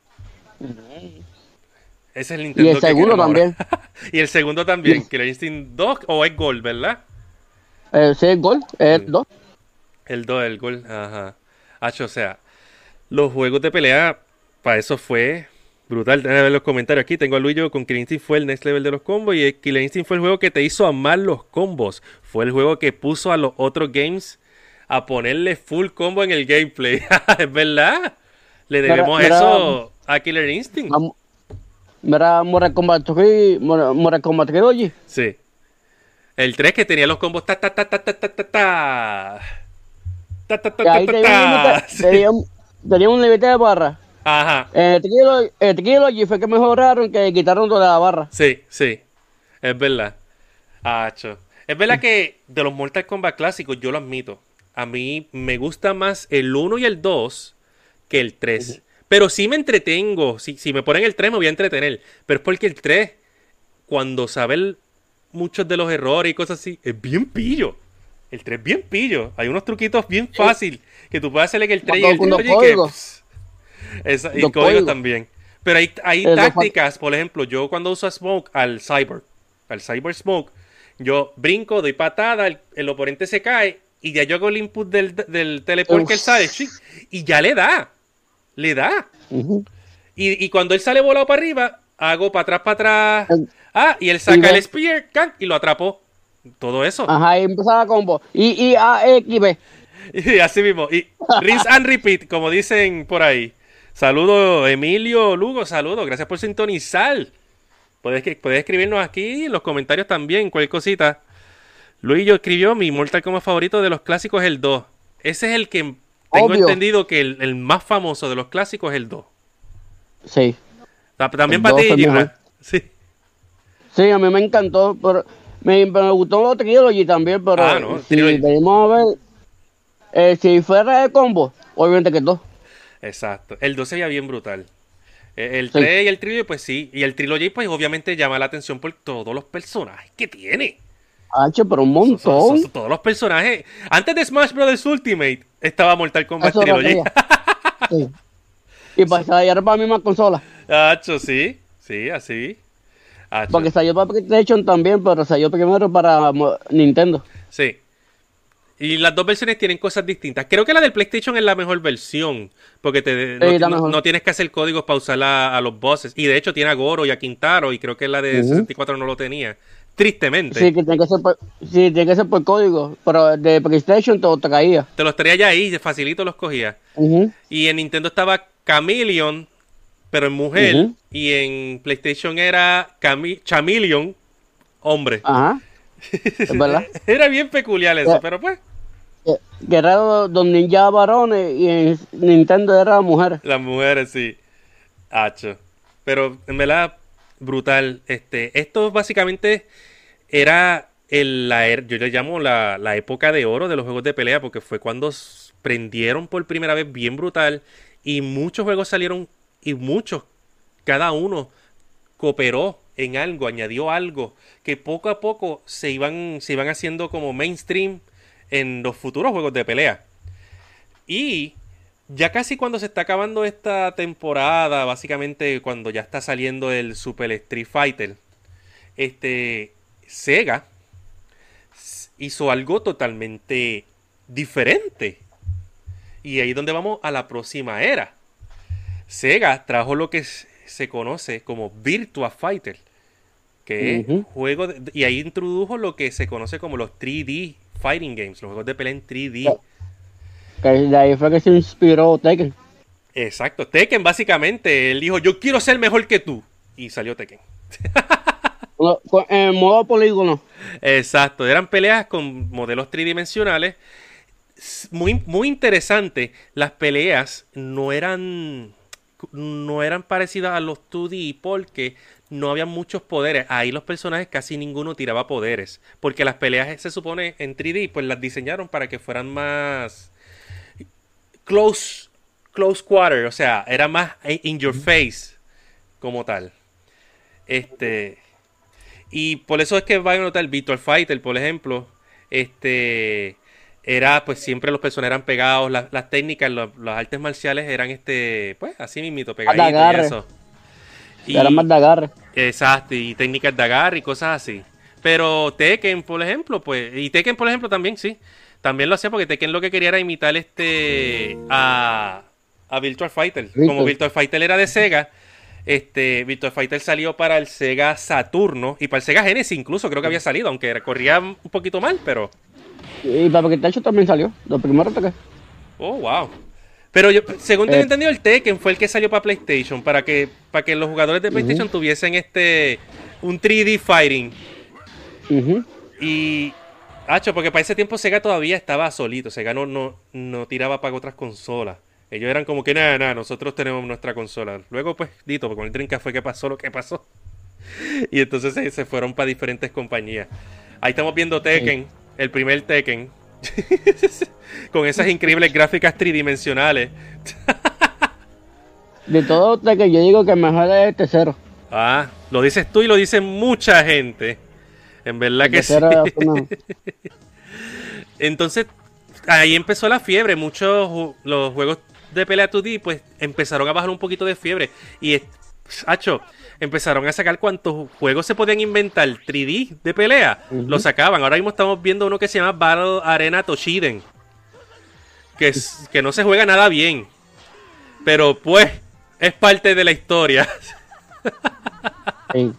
Speaker 1: Uh-huh. Ese es el Nintendo.
Speaker 3: Y el segundo también.
Speaker 1: Y el segundo también, Killer Instinct dos o es Gold, ¿verdad?
Speaker 3: Eh, sí, el Gold, el dos.
Speaker 1: El dos, el Gold, ajá. Hacho, o sea, los juegos de pelea, para eso fue brutal. Déjame ver los comentarios aquí. Tengo a Luillo con Killer Instinct fue el next level de los combos. Y Killer Instinct fue el juego que te hizo amar los combos. Fue el juego que puso a los otros games a ponerle full combo en el gameplay. Es verdad. Le debemos mira, eso mira, a Killer Instinct.
Speaker 3: Mira, Mortal Kombat tres, Mortal Kombat tres, oye.
Speaker 1: Sí. El tres que tenía los combos ta ta ta ta ta ta ta ta ta ta ta ta ta.
Speaker 3: Tenía un, tenía un límite de barra.
Speaker 1: Ajá.
Speaker 3: El Trilogy, el Trilogy fue que mejoraron, que quitaron toda la barra.
Speaker 1: Sí, sí. Es verdad. Acho. Es verdad que de los Mortal Kombat clásicos, yo lo admito, a mí me gusta más el uno y el dos que el tres. Uh-huh. Pero sí me entretengo. Si, si me ponen el tres me voy a entretener. Pero es porque el tres, cuando sabe el muchos de los errores y cosas así, es bien pillo. El tres es bien pillo. Hay unos truquitos bien fácil que tú puedes hacerle que el tres y el tres y que, pss, esa, y códigos también. Pero hay, hay tácticas, por ejemplo, yo cuando uso a Smoke al Cyber, al Cyber Smoke, Yo brinco, doy patada, el, el oponente se cae y ya yo hago el input del, del teleport que él sale y ya le da. Le da. Uh-huh. y, y cuando él sale volado para arriba, hago para atrás, para atrás. Ah, y él saca el spear y lo atrapó. Todo eso.
Speaker 3: Ajá, y empezaba combo. Y, y A, X, B.
Speaker 1: Y así mismo. Y rinse and repeat, como dicen por ahí. Saludos, Emilio Lugo, saludos. Gracias por sintonizar. Puedes, puedes escribirnos aquí en los comentarios también, cualquier cosita. Luis escribió, mi Mortal Kombat favorito de los clásicos es el dos. Ese es el que tengo Obvio. entendido que el, el más famoso de los clásicos es el dos.
Speaker 3: Sí.
Speaker 1: También para ti, Gibran. Sí.
Speaker 3: Sí, a mí me encantó, pero me, me gustó los Trilogy también, pero
Speaker 1: ah, no,
Speaker 3: si venimos a ver, eh, si fuera de combo, obviamente que el dos.
Speaker 1: Exacto, el dos se veía bien brutal. El tres sí. y el Trilogy, pues sí. Y el Trilogy, pues obviamente llama la atención por todos los personajes que tiene.
Speaker 3: Hacho, pero un montón.
Speaker 1: Son, son, son, todos los personajes. Antes de Smash Bros. Ultimate estaba Mortal Kombat Eso Trilogy.
Speaker 3: Sí. Y para salir para misma consola.
Speaker 1: Hacho, sí. Sí, así. Hacho.
Speaker 3: Porque salió para PlayStation también, pero salió primero para Nintendo.
Speaker 1: Sí. Y las dos versiones tienen cosas distintas. Creo que la del PlayStation es la mejor versión. Porque te, no, sí, no, no tienes que hacer códigos para usarla a los bosses. Y de hecho tiene a Goro y a Quintaro. Y creo que la de uh-huh. sesenta y cuatro no lo tenía. Tristemente.
Speaker 3: Sí, que tiene que ser por, sí, tiene que ser por código. Pero de PlayStation te, te caía.
Speaker 1: Te los traía ya ahí. Facilito los cogía. Uh-huh. Y en Nintendo estaba Chameleon, pero en mujer. Uh-huh. Y en PlayStation era Cami- Chameleon, hombre.
Speaker 3: Ajá. Es verdad.
Speaker 1: Era bien peculiar eso, yeah. pero pues.
Speaker 3: Que era Don Ninja varones y en Nintendo era mujeres.
Speaker 1: Las mujeres, sí. Hacho. Pero en verdad, brutal. Este, esto básicamente era el, la, yo le llamo la, la época de oro de los juegos de pelea, porque fue cuando prendieron por primera vez bien brutal. Y muchos juegos salieron, y muchos, cada uno cooperó en algo, añadió algo, que poco a poco se iban, se iban haciendo como mainstream en los futuros juegos de pelea. Y ya casi cuando se está acabando esta temporada, básicamente cuando ya está saliendo el Super Street Fighter, este, Sega hizo algo totalmente diferente. Y ahí es donde vamos a la próxima era. Sega trajo lo que se conoce como Virtua Fighter, que uh-huh. es juego de, y ahí introdujo lo que se conoce como los tres D Fighting Games, los juegos de pelea en tres D.
Speaker 3: Que de ahí fue que se inspiró Tekken.
Speaker 1: Exacto, Tekken básicamente, él dijo, yo quiero ser mejor que tú, y salió Tekken.
Speaker 3: En modo polígono.
Speaker 1: Exacto, eran peleas con modelos tridimensionales. Muy, muy interesante, las peleas no eran, no eran parecidas a los dos D porque no había muchos poderes. Ahí los personajes casi ninguno tiraba poderes. Porque las peleas se supone en tres D, pues las diseñaron para que fueran más close, close quarter. O sea, era más in your face como tal. Este. Y por eso es que van a notar el Virtua Fighter, por ejemplo. Este. Era, pues siempre los personajes eran pegados. Las, las técnicas, los, las artes marciales eran este. Pues así mismito, pegaditos y eso. Y,
Speaker 3: eran más de agarre.
Speaker 1: Exacto, y técnicas de agarre y cosas así. Pero Tekken, por ejemplo, pues. Y Tekken, por ejemplo, también, sí. También lo hacía porque Tekken lo que quería era imitar este. A. A Virtua Fighter. Virtua. Como Virtua Fighter era de Sega. Este. Virtua Fighter salió para el Sega Saturno. Y para el Sega Genesis incluso, creo que había salido. Aunque corría un poquito mal, pero.
Speaker 3: Y para PlayStation también salió. Lo primero que.
Speaker 1: Oh, wow. Pero yo, según tengo eh. entendido, el Tekken fue el que salió para PlayStation. Para que, para que los jugadores de PlayStation uh-huh. tuviesen este. Un tres D fighting.
Speaker 3: Uh-huh.
Speaker 1: Y. Hacho, porque para ese tiempo Sega todavía estaba solito. Sega no, no, no tiraba para otras consolas. Ellos eran como que nada, nada, nosotros tenemos nuestra consola. Luego, pues, dito, porque con el Dreamcast fue que pasó lo que pasó. Y entonces se, se fueron para diferentes compañías. Ahí estamos viendo Tekken. Sí. El primer Tekken. Con esas increíbles gráficas tridimensionales.
Speaker 3: De todo Tekken, yo digo que el mejor es el tercero.
Speaker 1: Ah, lo dices tú y lo dice mucha gente. En verdad el que sí. Entonces, ahí empezó la fiebre. Muchos los juegos de pelea dos D, pues, empezaron a bajar un poquito de fiebre. Y Hacho, empezaron a sacar cuantos juegos se podían inventar tres D de pelea. Uh-huh. Lo sacaban. Ahora mismo estamos viendo uno que se llama Battle Arena Toshiden. Que, es, que no se juega nada bien. Pero pues, es parte de la historia. Sí.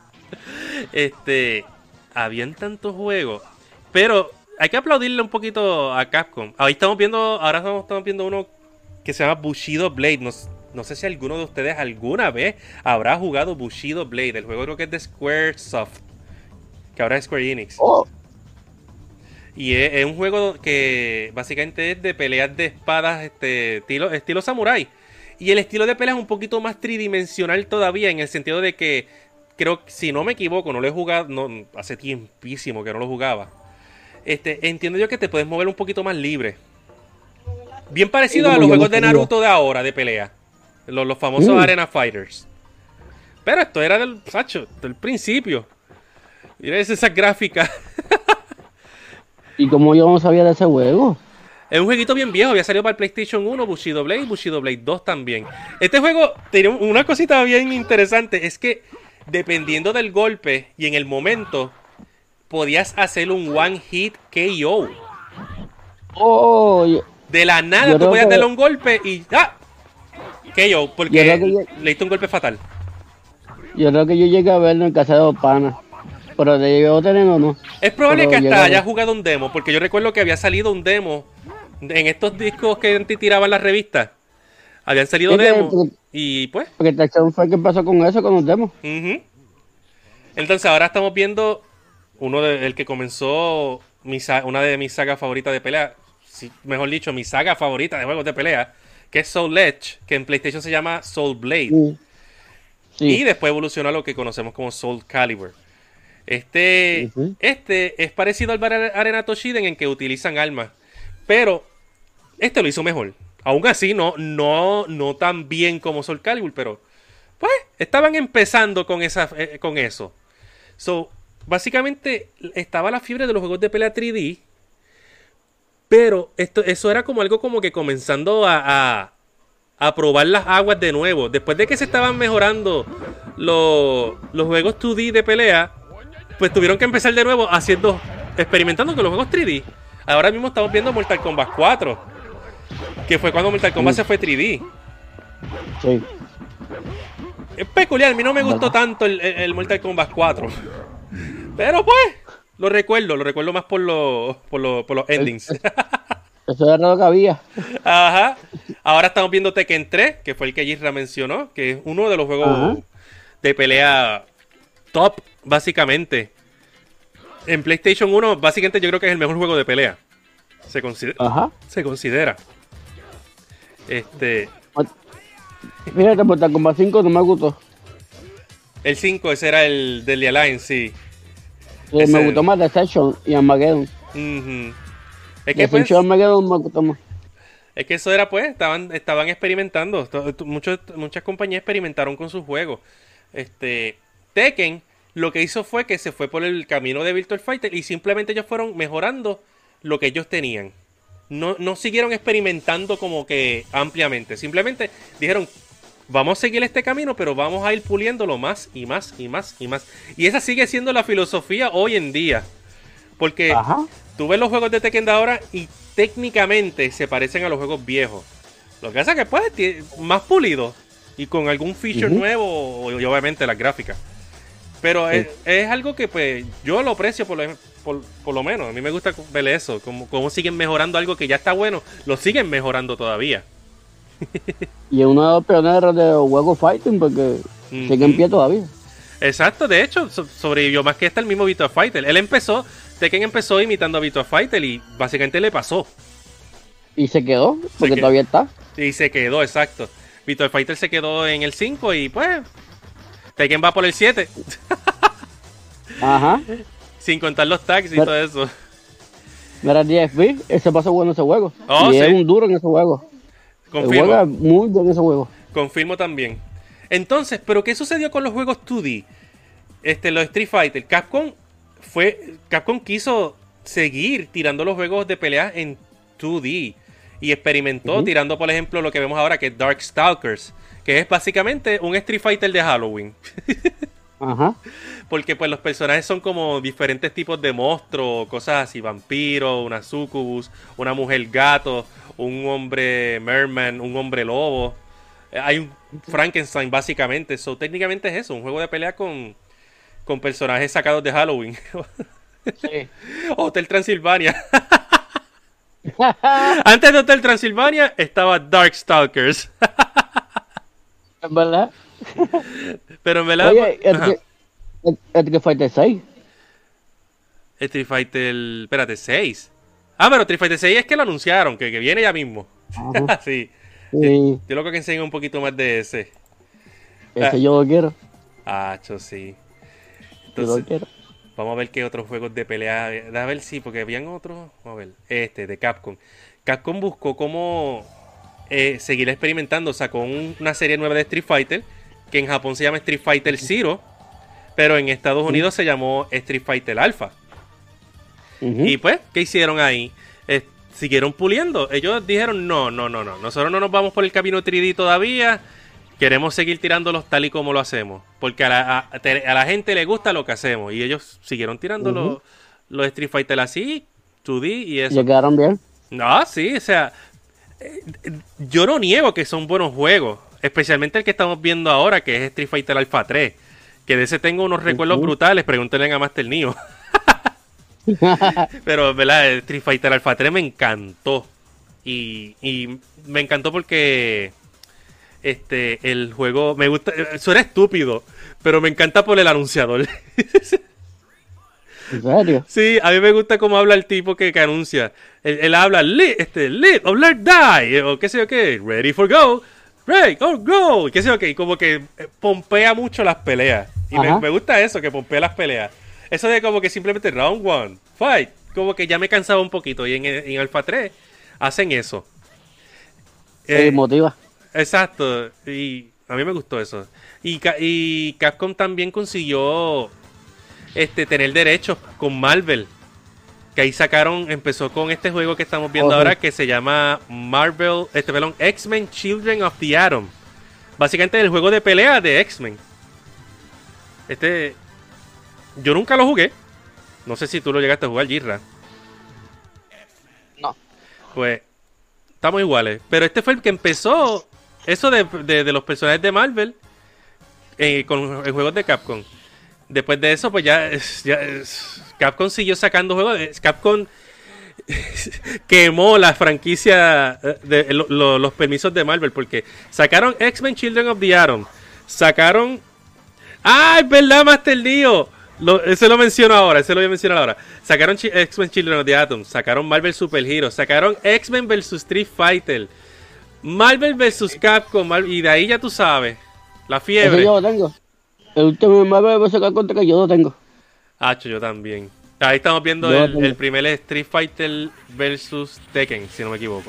Speaker 1: Este, habían tantos juegos. Pero hay que aplaudirle un poquito a Capcom. Ahí estamos viendo, ahora estamos, estamos viendo uno que se llama Bushido Blade. No, no sé si alguno de ustedes alguna vez habrá jugado Bushido Blade. El juego creo que es de Squaresoft, que ahora es Square Enix. Oh. Y es, es un juego que básicamente es de peleas de espadas este, estilo, estilo samurai. Y el estilo de pelea es un poquito más tridimensional todavía, en el sentido de que, creo, si no me equivoco, no lo he jugado, no, hace tiempísimo que no lo jugaba. Este, entiendo yo que te puedes mover un poquito más libre. Bien parecido a los juegos de Naruto de ahora, de pelea. Los, los famosos mm. Arena Fighters. Pero esto era del, Sacho, del principio. Mira esas gráficas.
Speaker 3: ¿Y cómo yo no sabía de ese juego?
Speaker 1: Es un jueguito bien viejo, había salido para el PlayStation uno, Bushido Blade y Bushido Blade dos también. Este juego tenía una cosita bien interesante, es que dependiendo del golpe y en el momento, podías hacer un one hit K O.
Speaker 3: Oh, yo,
Speaker 1: de la nada tú podías que... darle un golpe y ¡ah! K O, porque yo... le diste un golpe fatal.
Speaker 3: Yo creo que yo llegué a verlo en casa de dos panas. Pero de llegó a tener o no.
Speaker 1: Es probable que hasta haya jugado un demo, porque yo recuerdo que había salido un demo en estos discos que te tiraban las revistas. Habían salido demos porque, y pues.
Speaker 3: Porque Tachón fue el que pasó con eso, con los demos.
Speaker 1: Uh-huh. Entonces ahora estamos viendo uno de, el que comenzó mi, una de mis sagas favoritas de pelea, sí, mejor dicho, mi saga favorita de juegos de pelea, que es Soul Edge, que en PlayStation se llama Soul Blade. Sí. Sí. Y después evoluciona a lo que conocemos como Soul Calibur. Este, uh-huh. este es parecido al Arena Toshiden en que utilizan armas, pero este lo hizo mejor. Aún así, no, no, no tan bien como Soul Calibur, pero pues estaban empezando con, esa, eh, con eso. So, básicamente estaba la fiebre de los juegos de pelea tres D, pero esto, eso era como algo como que comenzando a, a, a probar las aguas de nuevo. Después de que se estaban mejorando los, los juegos dos D de pelea, pues tuvieron que empezar de nuevo haciendo, experimentando con los juegos tres D. Ahora mismo estamos viendo Mortal Kombat cuatro, que fue cuando Mortal Kombat sí. se fue tres D. Sí. Es peculiar, a mí no me gustó tanto el, el Mortal Kombat cuatro. Pero pues, lo recuerdo, lo recuerdo más por los, por los, por los endings.
Speaker 3: Eso era lo que había.
Speaker 1: Ajá. Ahora estamos viendo Tekken tres, que fue el que Yisra mencionó, que es uno de los juegos Ajá. de pelea top, básicamente. En PlayStation uno, básicamente yo creo que es el mejor juego de pelea. Se considera. Ajá. Se considera. Este.
Speaker 3: Fíjate, Mortal Kombat cinco no me gustó.
Speaker 1: El cinco, ese era el del The Alliance, sí.
Speaker 3: sí me gustó más The Ascension y Armageddon.
Speaker 1: Uh-huh. Es que pues,
Speaker 3: Armageddon me gustó más.
Speaker 1: Es que eso era pues, estaban, estaban experimentando. Muchos, muchas compañías experimentaron con sus juegos. Este. Tekken lo que hizo fue que se fue por el camino de Virtual Fighter y simplemente ellos fueron mejorando lo que ellos tenían. No, no siguieron experimentando como que ampliamente. Simplemente dijeron, vamos a seguir este camino, pero vamos a ir puliéndolo más y más y más y más. Y esa sigue siendo la filosofía hoy en día. Porque Ajá. tú ves los juegos de Tekken de ahora y técnicamente se parecen a los juegos viejos. Lo que pasa es que pues más pulido y con algún feature uh-huh. nuevo y obviamente las gráficas. Pero sí. es, es algo que pues yo lo aprecio por lo, por, por lo menos. A mí me gusta ver eso. Como, como siguen mejorando algo que ya está bueno. Lo siguen mejorando todavía.
Speaker 3: Y es uno de los pioneros de juego fighting porque uh-huh. sigue en pie todavía.
Speaker 1: Exacto. De hecho, so, sobrevivió más que este el mismo Virtua Fighter. Él empezó, Tekken empezó imitando a Virtua Fighter y básicamente le pasó.
Speaker 3: Y se quedó, porque se quedó. Todavía está.
Speaker 1: Y se quedó, exacto. Virtua Fighter se quedó en el cinco y pues... Tekken va por el siete.
Speaker 3: Ajá.
Speaker 1: Sin contar los tags y Pero, todo eso.
Speaker 3: Mira, D F B, ese pasó bueno ese juego.
Speaker 1: Oh,
Speaker 3: y
Speaker 1: sí.
Speaker 3: es un duro en ese juego.
Speaker 1: Confirmo.
Speaker 3: Juega muy bien ese juego.
Speaker 1: Confirmo también. Entonces, ¿pero qué sucedió con los juegos dos D? Este, los Street Fighter. Capcom fue... Capcom quiso seguir tirando los juegos de pelea en dos D. y experimentó
Speaker 3: Uh-huh.
Speaker 1: tirando, por ejemplo, lo que vemos ahora, que es Darkstalkers, que es básicamente un Street Fighter de Halloween.
Speaker 3: Ajá.
Speaker 1: Porque pues los personajes son como diferentes tipos de monstruos, cosas así, vampiros, una sucubus, una mujer gato, un hombre merman, un hombre lobo. Eh, Hay un Frankenstein básicamente, so técnicamente es eso, un juego de pelea con, con personajes sacados de Halloween.
Speaker 3: Sí.
Speaker 1: Hotel Transilvania. Antes de Hotel Transilvania estaba Darkstalkers.
Speaker 3: ¿En verdad?
Speaker 1: Pero en verdad...
Speaker 3: Oye, el
Speaker 1: ajá.
Speaker 3: que, el, el que Fighter seis.
Speaker 1: Street Fighter... Espérate, seis. Ah, pero Street Fighter seis es que lo anunciaron, que, que viene ya mismo.
Speaker 3: Ajá.
Speaker 1: Sí.
Speaker 3: Sí,
Speaker 1: Yo lo que enseño un poquito más de ese.
Speaker 3: ese yo lo quiero.
Speaker 1: Ah, cho, sí.
Speaker 3: Yo
Speaker 1: Entonces,
Speaker 3: lo quiero.
Speaker 1: vamos a ver qué otros juegos de pelea. A ver, sí, porque habían otros. Vamos a ver. Este, de Capcom. Capcom buscó cómo eh, seguir experimentando. Sacó un- una serie nueva de Street Fighter, que en Japón se llama Street Fighter Zero, pero en Estados Unidos se llamó Street Fighter Alpha.
Speaker 3: Ujú.
Speaker 1: Y pues, ¿qué hicieron ahí? Eh, siguieron puliendo. Ellos dijeron, no, no, no, no. Nosotros no nos vamos por el camino tres D todavía. Queremos seguir tirándolos tal y como lo hacemos. Porque a la, a- te- a la gente le gusta lo que hacemos. Y ellos siguieron tirando
Speaker 3: Ujú.
Speaker 1: los, los Street Fighter así, dos D y eso.
Speaker 3: Llegaron bien.
Speaker 1: No, sí, o sea, eh, eh, yo no niego que son buenos juegos. Especialmente el que estamos viendo ahora, que es Street Fighter Alpha tres. Que de ese tengo unos recuerdos
Speaker 3: Ujú.
Speaker 1: brutales. Pregúntenle a Master Neo. Pero, ¿verdad? El Street Fighter Alpha tres me encantó. Y, y me encantó porque este el juego me gusta. eh, Suena estúpido, pero me encanta por el anunciador.
Speaker 3: ¿En serio?
Speaker 1: Sí, a mí me gusta cómo habla el tipo que, que anuncia. Él, él habla live, este, live or let die, o qué sé yo qué, ready for go, ready or go, qué sé yo qué, y como que eh, pompea mucho las peleas. Y me,
Speaker 3: Ajá.
Speaker 1: me gusta eso, que pompea las peleas. Eso de como que simplemente round one, fight, como que ya me cansaba un poquito. Y en, en Alpha tres hacen eso.
Speaker 3: Se
Speaker 1: Eh,
Speaker 3: motiva.
Speaker 1: Exacto, y a mí me gustó eso. Y, Ca- y Capcom también consiguió este tener derechos con Marvel. Que ahí sacaron, empezó con este juego que estamos viendo
Speaker 3: Ojo.
Speaker 1: ahora que se llama Marvel, este perdón, X-Men Children of the Atom. Básicamente el juego de pelea de X-Men. Este, yo nunca lo jugué. No sé si tú lo llegaste a jugar, Jirra.
Speaker 3: No.
Speaker 1: Pues estamos iguales. Pero este fue el que empezó eso de, de- de los personajes de Marvel eh, con en juegos de Capcom. Después de eso, pues ya, ya Capcom siguió sacando juegos. Eh, Capcom quemó la franquicia eh, de lo- lo- los permisos de Marvel porque sacaron X-Men Children of the Atom. Sacaron... ¡Ah, es verdad, Master Neo! Lo, ese lo menciono ahora, ese lo voy a mencionar ahora. Sacaron Chi- X-Men Children of the Atom, sacaron Marvel Super Heroes, sacaron X-Men versus Street Fighter, Marvel versus Capcom, Mar- y de ahí ya tú sabes, la
Speaker 3: Eso
Speaker 1: fiebre.
Speaker 3: yo lo tengo. El último Marvel me sacar cuenta que yo lo tengo.
Speaker 1: Hacho, yo también. Ahí estamos viendo
Speaker 3: Yo
Speaker 1: el,
Speaker 3: tengo.
Speaker 1: el primer Street Fighter versus Tekken, si no me equivoco.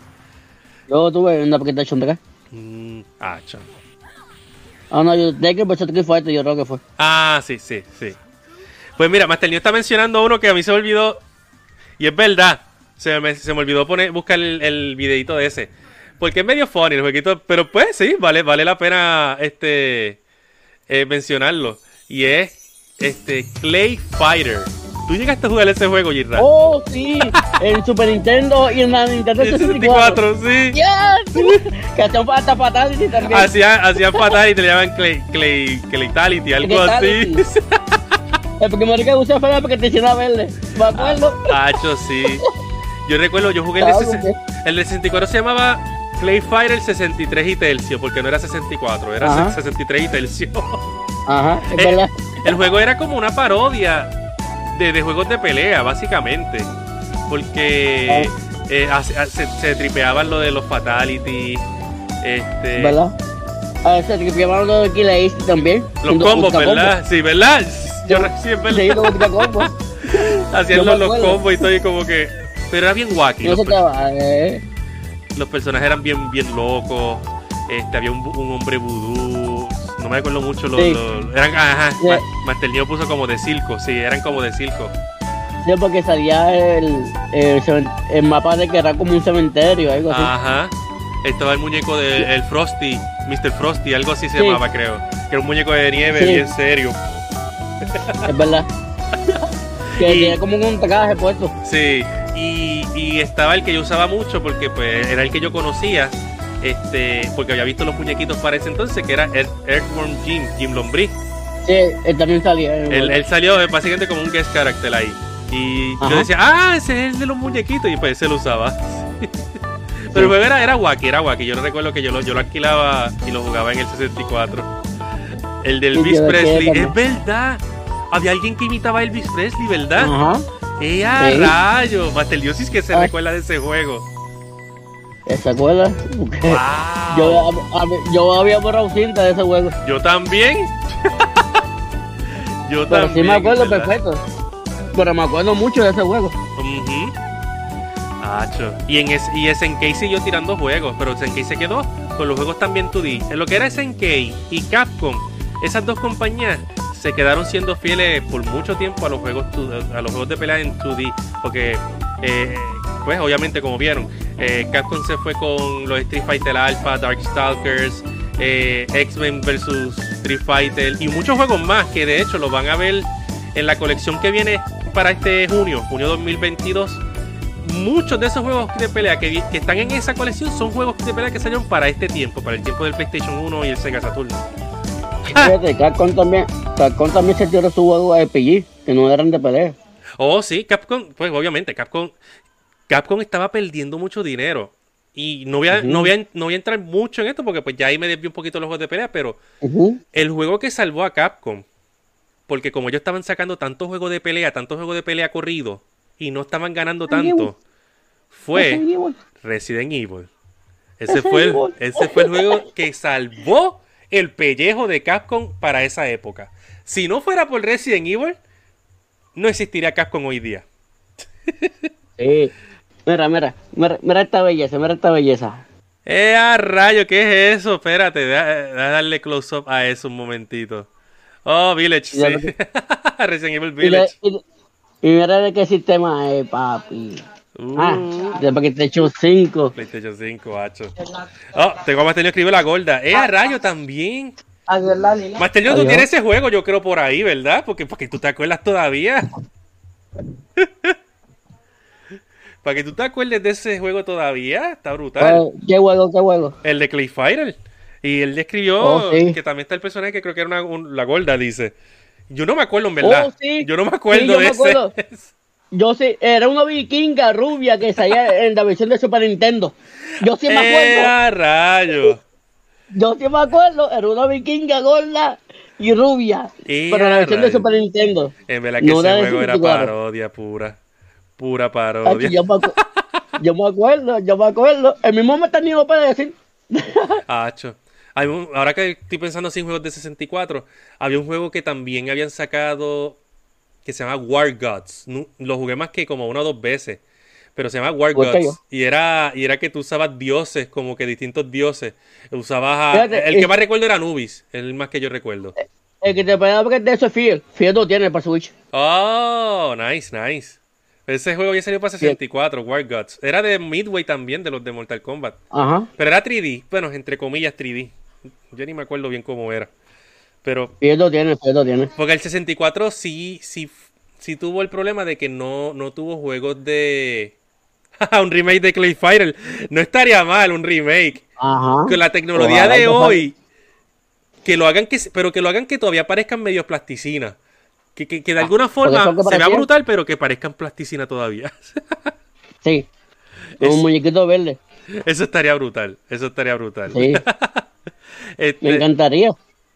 Speaker 3: Yo lo tuve en una PlayStation tres.
Speaker 1: Mm, hacho.
Speaker 3: Ah, no, yo Tekken versus Street Fighter yo creo que fue.
Speaker 1: Ah, sí, sí, sí. Pues mira, Master Neo está mencionando uno que a mí se me olvidó. Y es verdad. Se me, se me olvidó poner, buscar el, el videito de ese. Porque es medio funny el jueguito. Pero pues sí, vale, vale la pena este eh, mencionarlo. Y es este Clay Fighter. ¿Tú llegaste a jugar ese juego, Jirra?
Speaker 3: Oh, sí, en Super Nintendo y en la Nintendo
Speaker 1: El
Speaker 3: sesenta y cuatro.
Speaker 1: sesenta y cuatro, sí.
Speaker 3: Yes. Que hacían hasta fatality también.
Speaker 1: Hacían hacían fatal y te le llaman Clay, Clay, Claytality, algo así.
Speaker 3: Claytality. El Pokémon que usé fue porque te hicieron verle. Me acuerdo.
Speaker 1: Hacho, sí. Yo recuerdo, yo jugué el de,
Speaker 3: Claro,
Speaker 1: sesen- el de sesenta y cuatro, se llamaba Clay Fighter sesenta y tres y tercio, porque no era sesenta y cuatro, era
Speaker 3: Ajá.
Speaker 1: sesenta y tres y tercio.
Speaker 3: Ajá, es
Speaker 1: Eh,
Speaker 3: verdad.
Speaker 1: El juego era como una parodia de, de juegos de pelea, básicamente. Porque eh, hace- hace- se, tripeaban lo de los fatality. Este,
Speaker 3: ¿Verdad? A veces que llamaron lo de Killer Instinct también.
Speaker 1: los
Speaker 3: Haciendo
Speaker 1: combos,
Speaker 3: ultra
Speaker 1: ¿verdad? Sí, ¿verdad? Yo re- sí, es
Speaker 3: combo. Sí,
Speaker 1: verdad.
Speaker 3: como ultra combo.
Speaker 1: Hacían
Speaker 3: yo
Speaker 1: los,
Speaker 3: me
Speaker 1: los
Speaker 3: acuerdo.
Speaker 1: combos y todo, y como que. Pero era bien wacky.
Speaker 3: No
Speaker 1: los
Speaker 3: se
Speaker 1: per-
Speaker 3: te va, eh.
Speaker 1: Los personajes eran bien, bien locos. Este, había un, un hombre vudú. No me acuerdo mucho. Los,
Speaker 3: Sí.
Speaker 1: los- eran, ajá.
Speaker 3: Sí.
Speaker 1: Ma- Master Neo puso como de circo. Sí, eran como de circo.
Speaker 3: Sí, porque salía el, el, cemen- el mapa de que era como un cementerio, algo así.
Speaker 1: Ajá. Estaba el muñeco del el Frosty, mister Frosty, algo así se
Speaker 3: Sí.
Speaker 1: llamaba, creo. Que era un muñeco de nieve
Speaker 3: Sí.
Speaker 1: bien serio.
Speaker 3: Es verdad. Que
Speaker 1: Y-
Speaker 3: tiene como un traje puesto.
Speaker 1: Sí, y, y estaba el que yo usaba mucho porque pues era el que yo conocía, este, porque había visto los muñequitos para ese entonces, que era Earth- Earthworm Jim, Jim Lombriz.
Speaker 3: Sí, él también salía. es
Speaker 1: Él,
Speaker 3: verdad.
Speaker 1: él salió eh, básicamente como un guest character ahí. Y
Speaker 3: Ajá.
Speaker 1: yo decía, ah, ese es el de los muñequitos, y pues se lo usaba. Pero el juego era, era wacky, era wacky. Yo no recuerdo que yo lo, yo lo alquilaba y lo jugaba en el sesenta y cuatro. El de
Speaker 3: Sí,
Speaker 1: Elvis
Speaker 3: yo lo
Speaker 1: Presley,
Speaker 3: quiero
Speaker 1: es verdad. Había alguien que imitaba a Elvis Presley, ¿verdad?
Speaker 3: Ajá.
Speaker 1: ¡Eh, a
Speaker 3: Sí.
Speaker 1: rayo! Master Diosis que se
Speaker 3: Ah.
Speaker 1: recuerda de ese juego.
Speaker 3: ¿Se acuerda? Porque
Speaker 1: ¡Wow!
Speaker 3: yo, a- a- yo había borrado cinta de ese juego.
Speaker 1: Yo también. Yo
Speaker 3: Pero
Speaker 1: también.
Speaker 3: sí me acuerdo
Speaker 1: ¿verdad?
Speaker 3: perfecto. Pero me acuerdo mucho de ese juego.
Speaker 1: Ujú. Acho. Y en es, y S N K siguió tirando juegos, pero S N K se quedó con los juegos también dos D. En lo que era S N K y Capcom, esas dos compañías se quedaron siendo fieles por mucho tiempo a los juegos tu- a los juegos de pelea en dos D, porque eh, pues obviamente como vieron, eh, Capcom se fue con los Street Fighter Alpha, Darkstalkers, eh, X-Men versus Street Fighter y muchos juegos más que de hecho los van a ver en la colección que viene para este junio, junio dos mil veintidós. Muchos de esos juegos de pelea que, vi- que están en esa colección son juegos de pelea que salieron para este tiempo, para el tiempo del PlayStation uno y el Sega Saturn.
Speaker 3: Fíjate, Capcom también, Capcom también se tiró su juego R P G, que no eran de pelea.
Speaker 1: Oh, sí, Capcom, pues obviamente, Capcom, Capcom estaba perdiendo mucho dinero. Y no voy, a,
Speaker 3: Ujú.
Speaker 1: no, voy a, no voy a entrar mucho en esto porque pues ya ahí me desvió un poquito los juegos de pelea, pero
Speaker 3: Ujú.
Speaker 1: el juego que salvó a Capcom, porque como ellos estaban sacando tantos juegos de pelea, tantos juegos de pelea corridos, y no estaban ganando tanto, fue Resident Evil. Ese fue el, ese fue el juego que salvó el pellejo de Capcom para esa época. Si no fuera por Resident Evil, no existiría Capcom hoy día.
Speaker 3: Sí. Mira, mira, mira, mira esta belleza, mira esta belleza.
Speaker 1: ¡Eh, a rayo! ¿Qué es eso? Espérate, deja, deja darle close up a eso un momentito. Oh, Village,
Speaker 3: Ya
Speaker 1: sí.
Speaker 3: lo
Speaker 1: Resident Evil
Speaker 3: Y, le-
Speaker 1: Village.
Speaker 3: y- y mira de qué sistema es, papi.
Speaker 1: Uh,
Speaker 3: Ah, de PlayStation cinco.
Speaker 1: PlayStation cinco, hacho. Oh, tengo a Master Leon escribe la gorda. ¡Eh, a rayo también! Master Leon, tú
Speaker 3: Adiós.
Speaker 1: tienes ese juego, yo creo, por ahí, ¿verdad? Porque, porque tú te acuerdas todavía. Para que tú te acuerdes de ese juego todavía, está brutal.
Speaker 3: Eh, ¿Qué juego, qué juego?
Speaker 1: El de Clay Fighter. Y él describió
Speaker 3: Oh, sí.
Speaker 1: que también está el personaje que creo que era una, un- la gorda, dice. Yo no me acuerdo, en verdad.
Speaker 3: Oh, sí.
Speaker 1: Yo no me acuerdo
Speaker 3: Sí, yo
Speaker 1: de
Speaker 3: me
Speaker 1: ese.
Speaker 3: acuerdo. Yo sí, era una vikinga rubia que salía en la versión de Super Nintendo. Yo sí me
Speaker 1: ¡Eh,
Speaker 3: acuerdo.
Speaker 1: a rayo!
Speaker 3: Yo sí me acuerdo, era una vikinga gorda y rubia.
Speaker 1: ¡Eh,
Speaker 3: pero en la
Speaker 1: a
Speaker 3: versión de
Speaker 1: rayo!
Speaker 3: Super Nintendo.
Speaker 1: En verdad que
Speaker 3: No
Speaker 1: ese
Speaker 3: era de
Speaker 1: juego era
Speaker 3: sesenta y cuatro.
Speaker 1: parodia pura. Pura
Speaker 3: Aquí
Speaker 1: parodia.
Speaker 3: yo, me acu- yo me acuerdo, yo me acuerdo. El mismo me está ni para decir.
Speaker 1: Acho. Hay un- ahora que estoy pensando así en juegos de sesenta y cuatro, había un juego que también habían sacado que se llama War Gods. Nu- Lo jugué más que como una o dos veces, pero se llama War
Speaker 3: ¿Por qué yo?
Speaker 1: Gods. Y era, y era que tú usabas dioses, como que distintos dioses. Usabas a...
Speaker 3: Fíjate,
Speaker 1: el
Speaker 3: eh,
Speaker 1: que más recuerdo era Anubis, el más que yo recuerdo.
Speaker 3: El que te puede de eso es Fiel. Fiel lo tiene para Switch.
Speaker 1: Oh, nice, nice. Ese juego ya salió para sesenta y cuatro, War Gods. Era de Midway también, de los de Mortal Kombat.
Speaker 3: Ajá.
Speaker 1: Pero era tres D, bueno, entre comillas tres D. Yo ni me acuerdo bien cómo era. Pero
Speaker 3: Fiel lo tiene, Fiel lo tiene.
Speaker 1: porque el sesenta y cuatro sí, sí, sí tuvo el problema de que no, no tuvo juegos de... un remake de Clay Fighter. No estaría mal un remake.
Speaker 3: Ajá.
Speaker 1: Con la tecnología
Speaker 3: Ojalá
Speaker 1: de
Speaker 3: que
Speaker 1: hoy, que lo hagan que... Pero que lo hagan que todavía parezcan medio plasticina. Que, que, que de alguna forma
Speaker 3: eso que
Speaker 1: se vea
Speaker 3: parecía-
Speaker 1: brutal, pero que parezcan plasticina todavía.
Speaker 3: Sí. Con
Speaker 1: Es-
Speaker 3: un muñequito verde.
Speaker 1: Eso estaría brutal. Eso estaría brutal.
Speaker 3: Sí.
Speaker 1: Este,
Speaker 3: Me encantaría.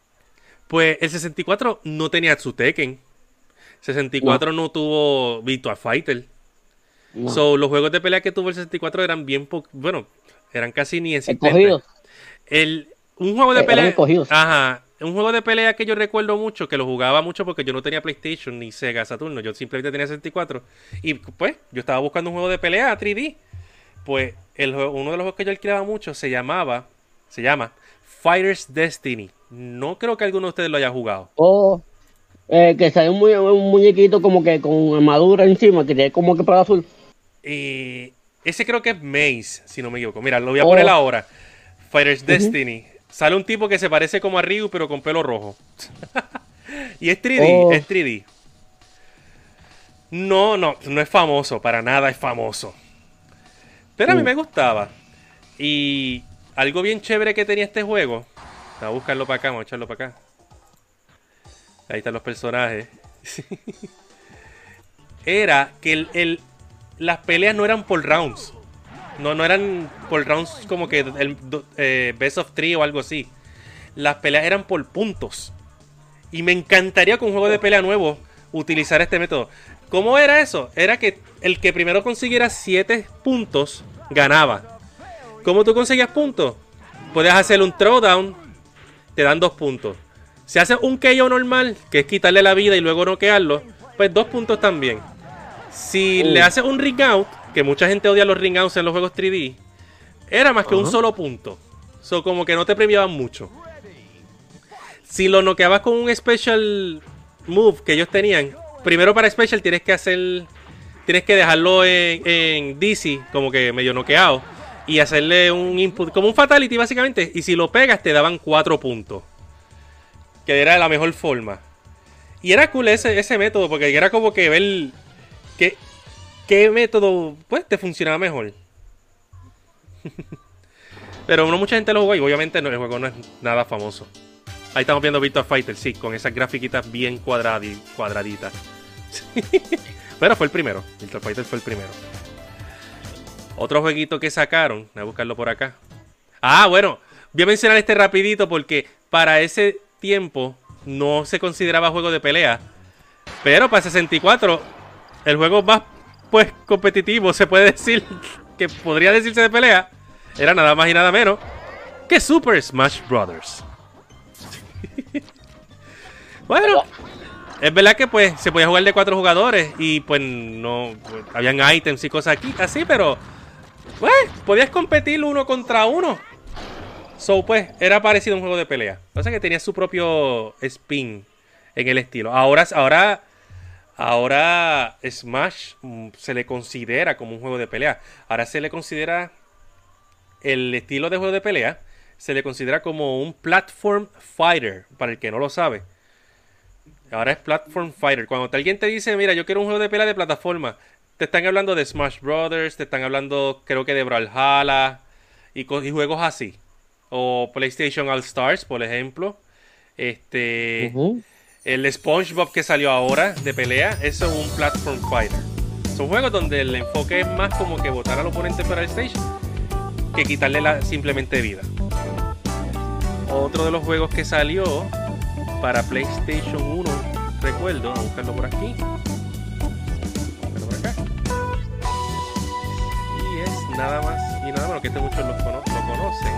Speaker 1: Pues el sesenta y cuatro no tenía su Tekken. sesenta y cuatro no, tuvo Virtua Fighter.
Speaker 3: No.
Speaker 1: So, los juegos de pelea que tuvo el sesenta y cuatro eran bien po- bueno, eran casi ni existentes.
Speaker 3: Escogidos.
Speaker 1: El, un juego de
Speaker 3: Eh, eran
Speaker 1: pelea.
Speaker 3: escogidos.
Speaker 1: Ajá. Un juego de pelea que yo recuerdo mucho, que lo jugaba mucho porque yo no tenía PlayStation ni Sega Saturno, yo simplemente tenía sesenta y cuatro. Y pues, yo estaba buscando un juego de pelea tres D. Pues, el, juego- uno de los juegos que yo alquilaba mucho se llamaba, se llama Fighter's Destiny. No creo que alguno de ustedes lo haya jugado.
Speaker 3: Oh, Eh, que sale un, mu un muñequito como que con armadura encima, que tiene como que para azul.
Speaker 1: Eh, ese creo que es Maze, si no me equivoco. Mira, lo voy a oh. poner ahora. Fighter's uh-huh. Destiny. Sale un tipo que se parece como a Ryu, pero con pelo rojo. Y es tres D, oh. es tres D. No, no, no es famoso, para nada es famoso. Pero a mí uh. me gustaba. Y algo bien chévere que tenía este juego. Vamos a buscarlo para acá, vamos a echarlo para acá. Ahí están los personajes. Era que el, el, las peleas no eran por rounds. No, no eran por rounds como que el eh, Best of Three o algo así. Las peleas eran por puntos. Y me encantaría con un juego de pelea nuevo utilizar este método. ¿Cómo era eso? Era que el que primero consiguiera siete puntos ganaba. ¿Cómo tú conseguías puntos? Puedes hacer un throwdown, te dan dos puntos. Si haces un K O normal, que es quitarle la vida y luego noquearlo, pues dos puntos también. Si uh. le haces un ring out, que mucha gente odia los ring outs en los juegos tres D, era más que uh-huh. un solo punto. So, como que no te premiaban mucho. Si lo noqueabas con un special move que ellos tenían, primero para special tienes que hacer, tienes que dejarlo en, en D C, como que medio noqueado, y hacerle un input, como un fatality básicamente, y si lo pegas te daban cuatro puntos. Que era la mejor forma. Y era cool ese, ese método, porque era como que ver qué, qué método pues te funcionaba mejor. Pero no mucha gente lo jugó y obviamente no, el juego no es nada famoso. Ahí estamos viendo Virtua Fighter, sí, con esas grafiquitas bien cuadradi, cuadraditas. Pero fue el primero. Virtua Fighter fue el primero. Otro jueguito que sacaron, voy a buscarlo por acá. Ah, bueno, voy a mencionar este rapidito porque para ese tiempo no se consideraba juego de pelea. Pero para sesenta y cuatro, el juego más pues competitivo, se puede decir, que podría decirse de pelea, era nada más y nada menos que Super Smash Brothers. Bueno, es verdad que pues se podía jugar de cuatro jugadores y pues no, pues, habían ítems y cosas aquí, así, pero pues podías competir uno contra uno. So pues era parecido a un juego de pelea. O sea que tenía su propio spin en el estilo. Ahora, ahora, ahora Smash mm, se le considera como un juego de pelea. Ahora se le considera el estilo de juego de pelea. Se le considera como un platform fighter, para el que no lo sabe. Ahora es platform fighter. Cuando alguien te dice, mira, yo quiero un juego de pelea de plataforma, te están hablando de Smash Brothers, te están hablando, creo que de Brawlhalla y, y juegos así. O PlayStation All Stars, por ejemplo. Este, uh-huh. El SpongeBob que salió ahora de pelea, eso es un platform fighter. Son juegos donde el enfoque es más como que botar al oponente fuera del stage que quitarle la, simplemente vida. Otro de los juegos que salió para PlayStation uno, recuerdo, vamos a buscarlo por aquí. Buscarlo por acá. Y es nada más y nada menos que este muchos lo, cono lo conocen.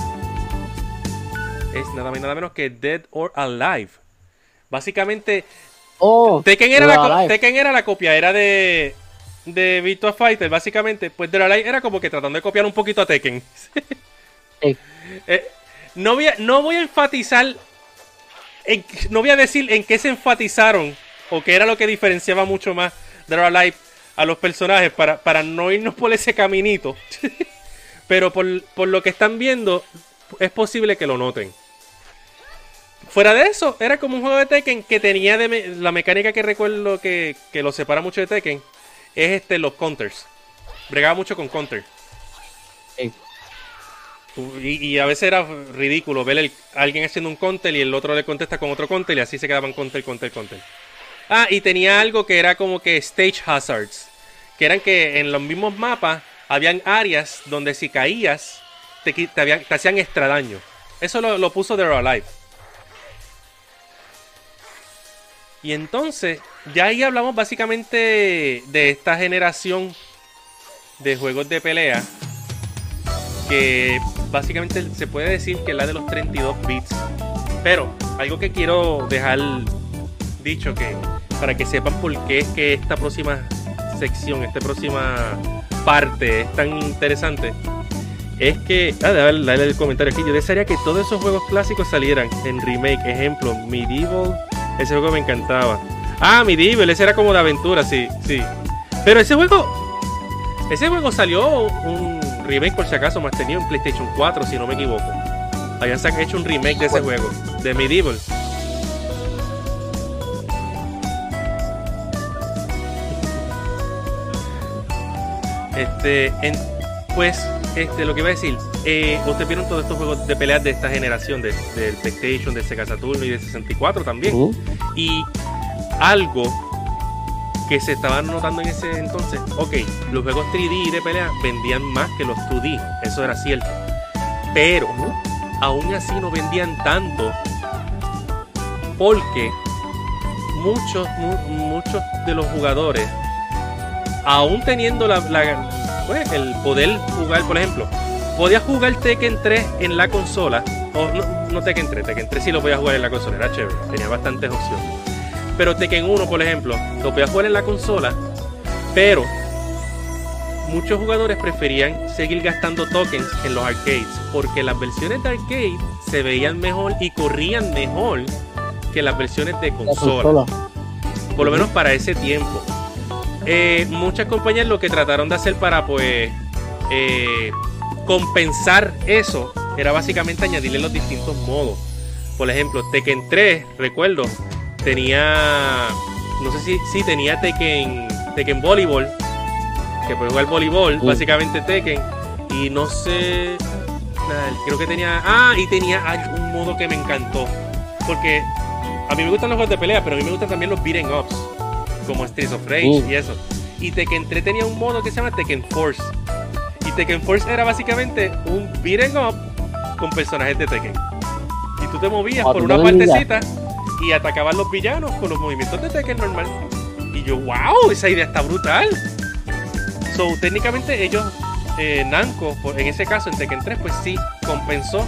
Speaker 1: Es nada más y nada menos que Dead or Alive. Básicamente, oh, Tekken, era la Tekken era la copia, era de, de Virtua Fighter, básicamente. Pues Dead or Alive era como que tratando de copiar un poquito a Tekken. Sí. eh, no, voy a, no voy a enfatizar, en, no voy a decir en qué se enfatizaron o qué era lo que diferenciaba mucho más Dead or Alive a los personajes para, para no irnos por ese caminito. Pero por, por lo que están viendo, es posible que lo noten. Fuera de eso, era como un juego de Tekken que tenía de me la mecánica que recuerdo que, que lo separa mucho de Tekken. Es este, los counters. Bregaba mucho con counter. Sí. Y, y a veces era ridículo ver el, a alguien haciendo un counter y el otro le contesta con otro counter y así se quedaban counter, counter, counter. Ah, y tenía algo que era como que stage hazards. Que eran que en los mismos mapas habían áreas donde si caías te, te, habían, te hacían extra daño. Eso lo, lo puso Dead or Alive. Y entonces, ya ahí hablamos básicamente de esta generación de juegos de pelea. Que básicamente se puede decir que es la de los treinta y dos bits. Pero, algo que quiero dejar dicho, que para que sepan por qué es que esta próxima sección, esta próxima parte es tan interesante, es que, ah, dale, dale el comentario aquí, yo desearía que todos esos juegos clásicos salieran en remake. Ejemplo, Medieval, Ese juego me encantaba. Ah, Medieval, ese era como de aventura, sí, sí. Pero ese juego, ese juego salió un remake por si acaso, más tenido en PlayStation cuatro, si no me equivoco. Habían hecho un remake de ese juego, de Medieval. Este, en, pues, este, lo que iba a decir, eh, ustedes vieron todos estos juegos de peleas de esta generación, de, del PlayStation, de Sega Saturn y de sesenta y cuatro también. Uh. Y algo que se estaba notando en ese entonces, ok, los juegos tres D de pelea vendían más que los dos D, eso era cierto. Pero, aún así no vendían tanto porque muchos, mu muchos de los jugadores, aún teniendo la, la, pues, el poder jugar, por ejemplo, podía jugar Tekken tres en la consola, o no, no Tekken tres, Tekken tres sí lo podía jugar en la consola, era chévere, tenía bastantes opciones. Pero Tekken uno, por ejemplo, lo podía jugar en la consola, pero muchos jugadores preferían seguir gastando tokens en los arcades, porque las versiones de arcade se veían mejor y corrían mejor que las versiones de consola, consola. Por lo menos para ese tiempo. Eh, muchas compañías lo que trataron de hacer para pues eh, compensar eso era básicamente añadirle los distintos modos. Por ejemplo, Tekken tres, recuerdo, tenía, no sé si, si tenía Tekken, Tekken Volleyball, que puede jugar voleibol, uh. básicamente Tekken, y no sé, nada, creo que tenía, ah, y tenía ay, un modo que me encantó, porque a mí me gustan los juegos de pelea, pero a mí me gustan también los beat'em ups, como Streets of Rage uh. y eso. Y Tekken tres tenía un modo que se llama Tekken Force. Y Tekken Force era básicamente un beat'em up con personajes de Tekken. Y tú te movías oh, por una partecita y atacabas los villanos con los movimientos de Tekken normal. Y yo, wow, esa idea está brutal. So, técnicamente ellos, eh, Namco, en ese caso en Tekken tres, pues sí, compensó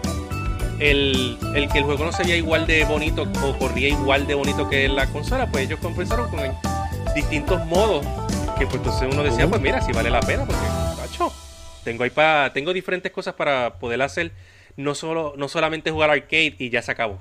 Speaker 1: El, el que el juego no se veía igual de bonito o corría igual de bonito que en la consola, pues ellos compensaron con el, distintos modos que pues entonces uno decía, pues mira, si vale la pena, porque tacho, tengo ahí para tengo diferentes cosas para poder hacer, no solo no solamente jugar arcade y ya se acabó.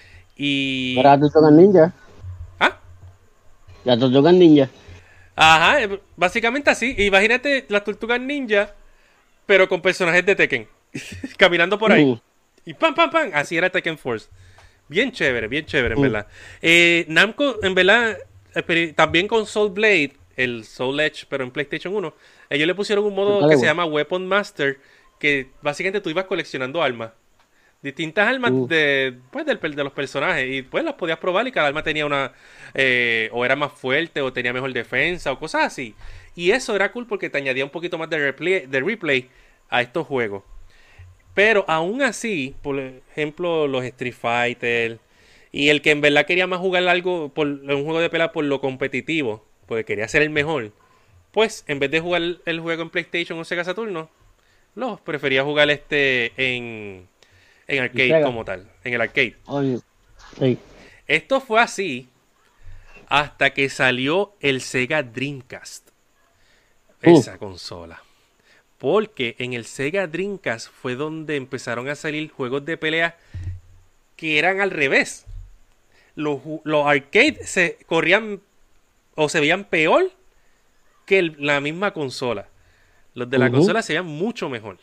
Speaker 1: Y
Speaker 3: ¿Para Tortugas Ninja?
Speaker 1: ¿Ah?
Speaker 3: ¿La Tortugas Ninja?
Speaker 1: Ajá, básicamente así. Imagínate las Tortugas Ninja, pero con personajes de Tekken caminando por ahí. Uh. Y pam, pam, pam. Así era Tekken Force. Bien chévere, bien chévere, en uh. verdad. Eh, Namco, en verdad, también con Soul Blade, el Soul Edge, pero en PlayStation uno, ellos le pusieron un modo que bueno. se llama Weapon Master, que básicamente tú ibas coleccionando armas. Distintas armas uh. de, pues, del, de los personajes. Y pues las podías probar y cada arma tenía una... Eh, o era más fuerte, o tenía mejor defensa, o cosas así. Y eso era cool porque te añadía un poquito más de replay, de replay a estos juegos. Pero aún así, por ejemplo, los Street Fighter y el que en verdad quería más jugar algo, por un juego de pelea por lo competitivo, porque quería ser el mejor, pues en vez de jugar el juego en PlayStation o Sega Saturn, los prefería jugar este en, en arcade como tal, en el arcade.
Speaker 3: Oye, sí.
Speaker 1: Esto fue así hasta que salió el Sega Dreamcast, esa uh. consola. Porque en el Sega Dreamcast fue donde empezaron a salir juegos de pelea que eran al revés. Los, los arcades se corrían o se veían peor que el, la misma consola. Los de la uh-huh. consola se veían mucho mejor.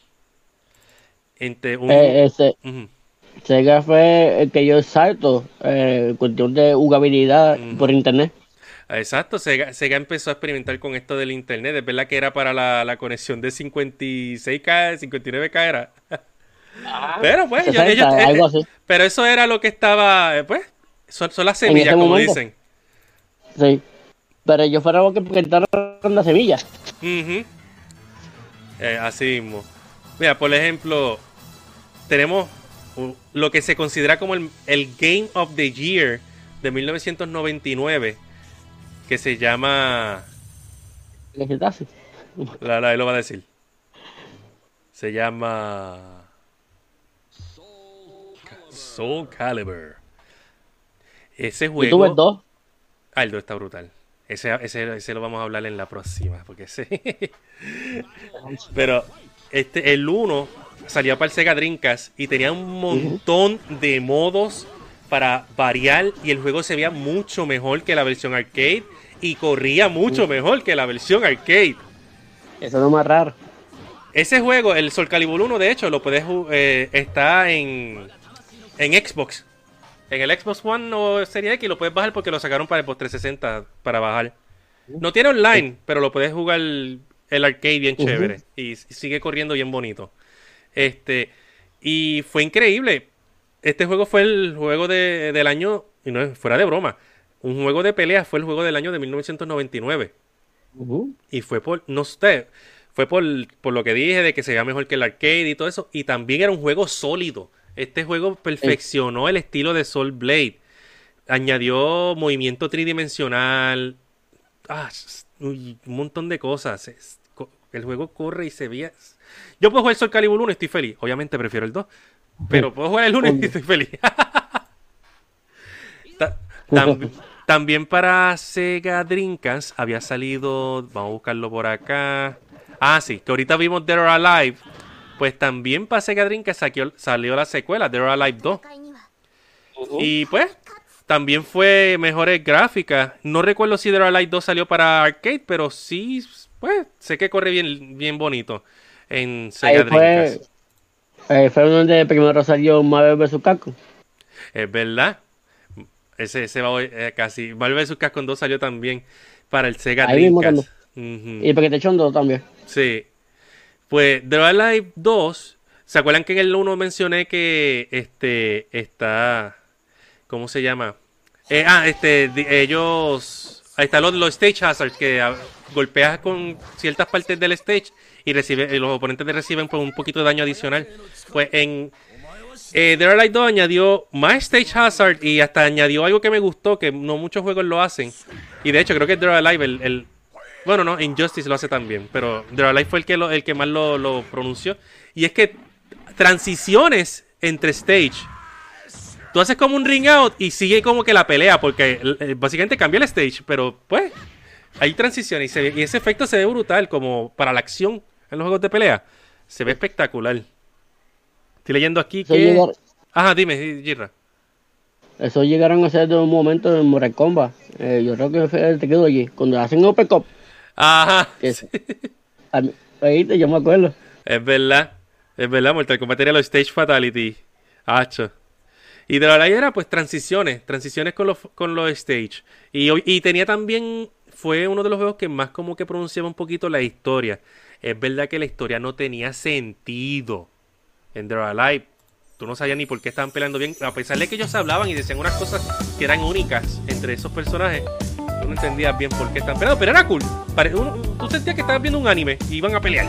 Speaker 1: Entre un,
Speaker 3: eh, ese, uh-huh. Sega fue el que yo salto, eh, cuestión de jugabilidad uh-huh. por internet.
Speaker 1: Exacto, Sega, Sega empezó a experimentar con esto del internet. Es verdad que era para la, la conexión de cincuenta y seis K, cincuenta y nueve K era. Ah, pero pues, sesenta, ellos, algo así. Pero eso era lo que estaba, pues, son, son las semillas, como momento. Dicen.
Speaker 3: Sí, pero ellos fueron los que presentaron las semillas.
Speaker 1: Uh-huh. eh, así mismo. Mira, por ejemplo, tenemos lo que se considera como el, el Game of the Year de mil novecientos noventa y nueve. Que se llama... La, la, él lo va a decir. Se llama... Soul Calibur. Ese juego...
Speaker 3: ¿Tú ves el dos?
Speaker 1: Ah, el dos está brutal. Ese, ese, ese lo vamos a hablar en la próxima. Porque ese... Pero este, el uno salía para el Sega Dreamcast y tenía un montón uh-huh. de modos para variar, y el juego se veía mucho mejor que la versión arcade y corría mucho mejor que la versión arcade.
Speaker 3: Eso no es más raro.
Speaker 1: Ese juego, el Soul Calibur uno, de hecho, lo puedes eh, está en, en Xbox. En el Xbox One o Serie X lo puedes bajar porque lo sacaron para el Xbox trescientos sesenta para bajar. No tiene online, pero lo puedes jugar el, el arcade bien chévere. Uh-huh. Y sigue corriendo bien bonito. Este, y fue increíble. Este juego fue el juego de, del año, y no es fuera de broma, un juego de pelea fue el juego del año de mil novecientos noventa y nueve. Uh-huh. Y fue por, no sé, fue por, por lo que dije de que se veía mejor que el arcade y todo eso. Y también era un juego sólido. Este juego perfeccionó el estilo de Soul Blade. Añadió movimiento tridimensional. Ah, uy, un montón de cosas. Es, el juego corre y se veía. Yo puedo jugar Soul Calibur uno y estoy feliz. Obviamente prefiero el dos. Pero puedo jugar el uno y estoy feliz. Ta- tam- también para Sega Dreamcast había salido. Vamos a buscarlo por acá. Ah, sí, que ahorita vimos Dead or Alive. Pues también para Sega Dreamcast salió, salió la secuela, Dead or Alive dos. Uh-huh. Y pues, también fue mejores gráficas. No recuerdo si Dead or Alive dos salió para arcade, pero sí, pues, sé que corre bien, bien bonito en Sega
Speaker 3: Ahí
Speaker 1: Dreamcast.
Speaker 3: Fue, eh, fue donde primero salió Marvel versus. Capcom.
Speaker 1: Es verdad. Ese, ese va eh, casi. Marvel versus. Capcom dos salió también para el Sega
Speaker 3: Ahí
Speaker 1: Dreamcast. Uh-huh.
Speaker 3: Y PlayStation dos también.
Speaker 1: Sí. Pues Dead or Alive dos, ¿se acuerdan que en el uno mencioné que este está, ¿cómo se llama? Eh, ah, este, de, ellos, ahí están los, los stage hazards, que a, golpeas con ciertas partes del stage y recibe, los oponentes te reciben pues, un poquito de daño adicional. Pues en eh, Dead or Alive dos añadió más stage hazard y hasta añadió algo que me gustó, que no muchos juegos lo hacen. Y de hecho creo que Dead or Alive, el... el Bueno, no, Injustice lo hace también, pero Dead or Alive fue el que, lo, el que más lo, lo pronunció. Y es que transiciones entre stage. Tú haces como un ring out y sigue como que la pelea, porque eh, básicamente cambia el stage, pero pues hay transiciones y, se, y ese efecto se ve brutal como para la acción en los juegos de pelea. Se ve espectacular. Estoy leyendo aquí que... Llegar... Ajá, dime, Jirra.
Speaker 3: Eso llegaron a ser de un momento en Mortal Kombat. Eh, yo creo que fue, te quedo allí, cuando hacen Open Cup.
Speaker 1: Ajá.
Speaker 3: Sí. Ahí yo me acuerdo.
Speaker 1: Es verdad. Es verdad, Mortal Kombat tenía los Stage Fatality. Hacho. Y de la verdad era pues transiciones. Transiciones con los, con los Stage. Y, y tenía también... Fue uno de los juegos que más como que pronunciaba un poquito la historia. Es verdad que la historia no tenía sentido. En Dead or Alive. Tú no sabías ni por qué estaban peleando bien. A pesar de que ellos hablaban y decían unas cosas que eran únicas entre esos personajes. Tú no entendías bien por qué estaban peleando. Pero era cool. Uno, tú sentías que estabas viendo un anime y iban a pelear.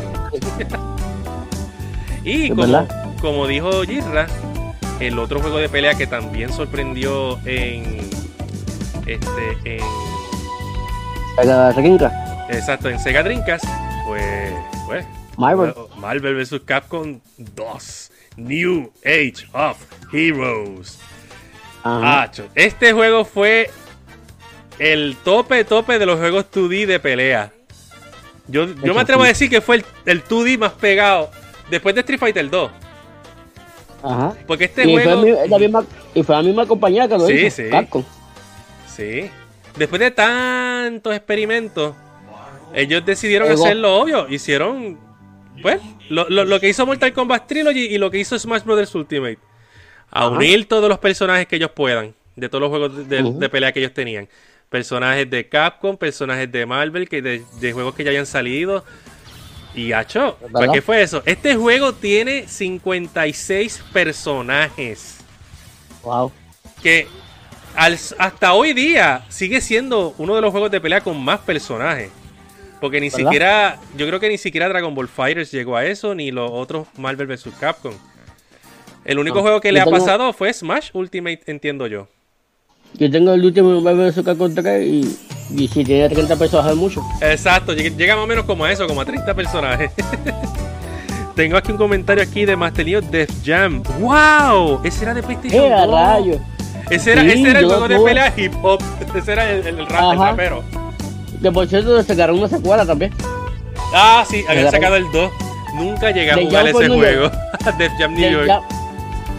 Speaker 1: Y como, como dijo Jirra, el otro juego de pelea que también sorprendió en... Este, en...
Speaker 3: Sega Dreamcast.
Speaker 1: Exacto, en Sega Dreamcast. Pues... pues
Speaker 3: Marvel.
Speaker 1: Marvel versus. Capcom dos. New Age of Heroes. Ah, este juego fue el tope tope de los juegos dos D de pelea. Yo, yo me atrevo a decir que fue el, el dos D más pegado después de Street Fighter dos.
Speaker 3: Ajá.
Speaker 1: Porque este
Speaker 3: y
Speaker 1: juego...
Speaker 3: Fue la misma, y fue la misma compañía que lo
Speaker 1: sí,
Speaker 3: hizo,
Speaker 1: sí.
Speaker 3: Capcom.
Speaker 1: Sí. Después de tantos experimentos, ellos decidieron hacer lo obvio. Hicieron... Pues, lo, lo, lo que hizo Mortal Kombat Trilogy y lo que hizo Smash Bros. Ultimate. A uh-huh. unir todos los personajes que ellos puedan. De todos los juegos de, uh-huh. de pelea que ellos tenían. Personajes de Capcom, personajes de Marvel, que de, de juegos que ya habían salido. Y hacho, ¿para qué fue eso? Este juego tiene cincuenta y seis personajes.
Speaker 3: Wow.
Speaker 1: Que al, hasta hoy día sigue siendo uno de los juegos de pelea con más personajes. Porque ni ¿verdad? siquiera, yo creo que ni siquiera Dragon Ball FighterZ llegó a eso, ni los otros Marvel versus. Capcom. El único no, juego que le tengo... ha pasado fue Smash Ultimate, entiendo yo.
Speaker 3: Yo tengo el último Marvel versus. Capcom tres y, y si tiene treinta personajes es mucho.
Speaker 1: Exacto, llega más o menos como a eso, como a treinta personajes. Tengo aquí un comentario aquí de Master Def Jam. ¡Wow! Ese era de PlayStation
Speaker 3: ¡Eh, rayo!
Speaker 1: Ese era, sí, ese era el juego de pelea hip hop. Ese era el, el, el, rap, el rapero.
Speaker 3: Que por cierto sacaron una secuela también.
Speaker 1: Ah, sí, habían sacado el dos. Nunca llegué a jugar ese juego. Def Jam New York.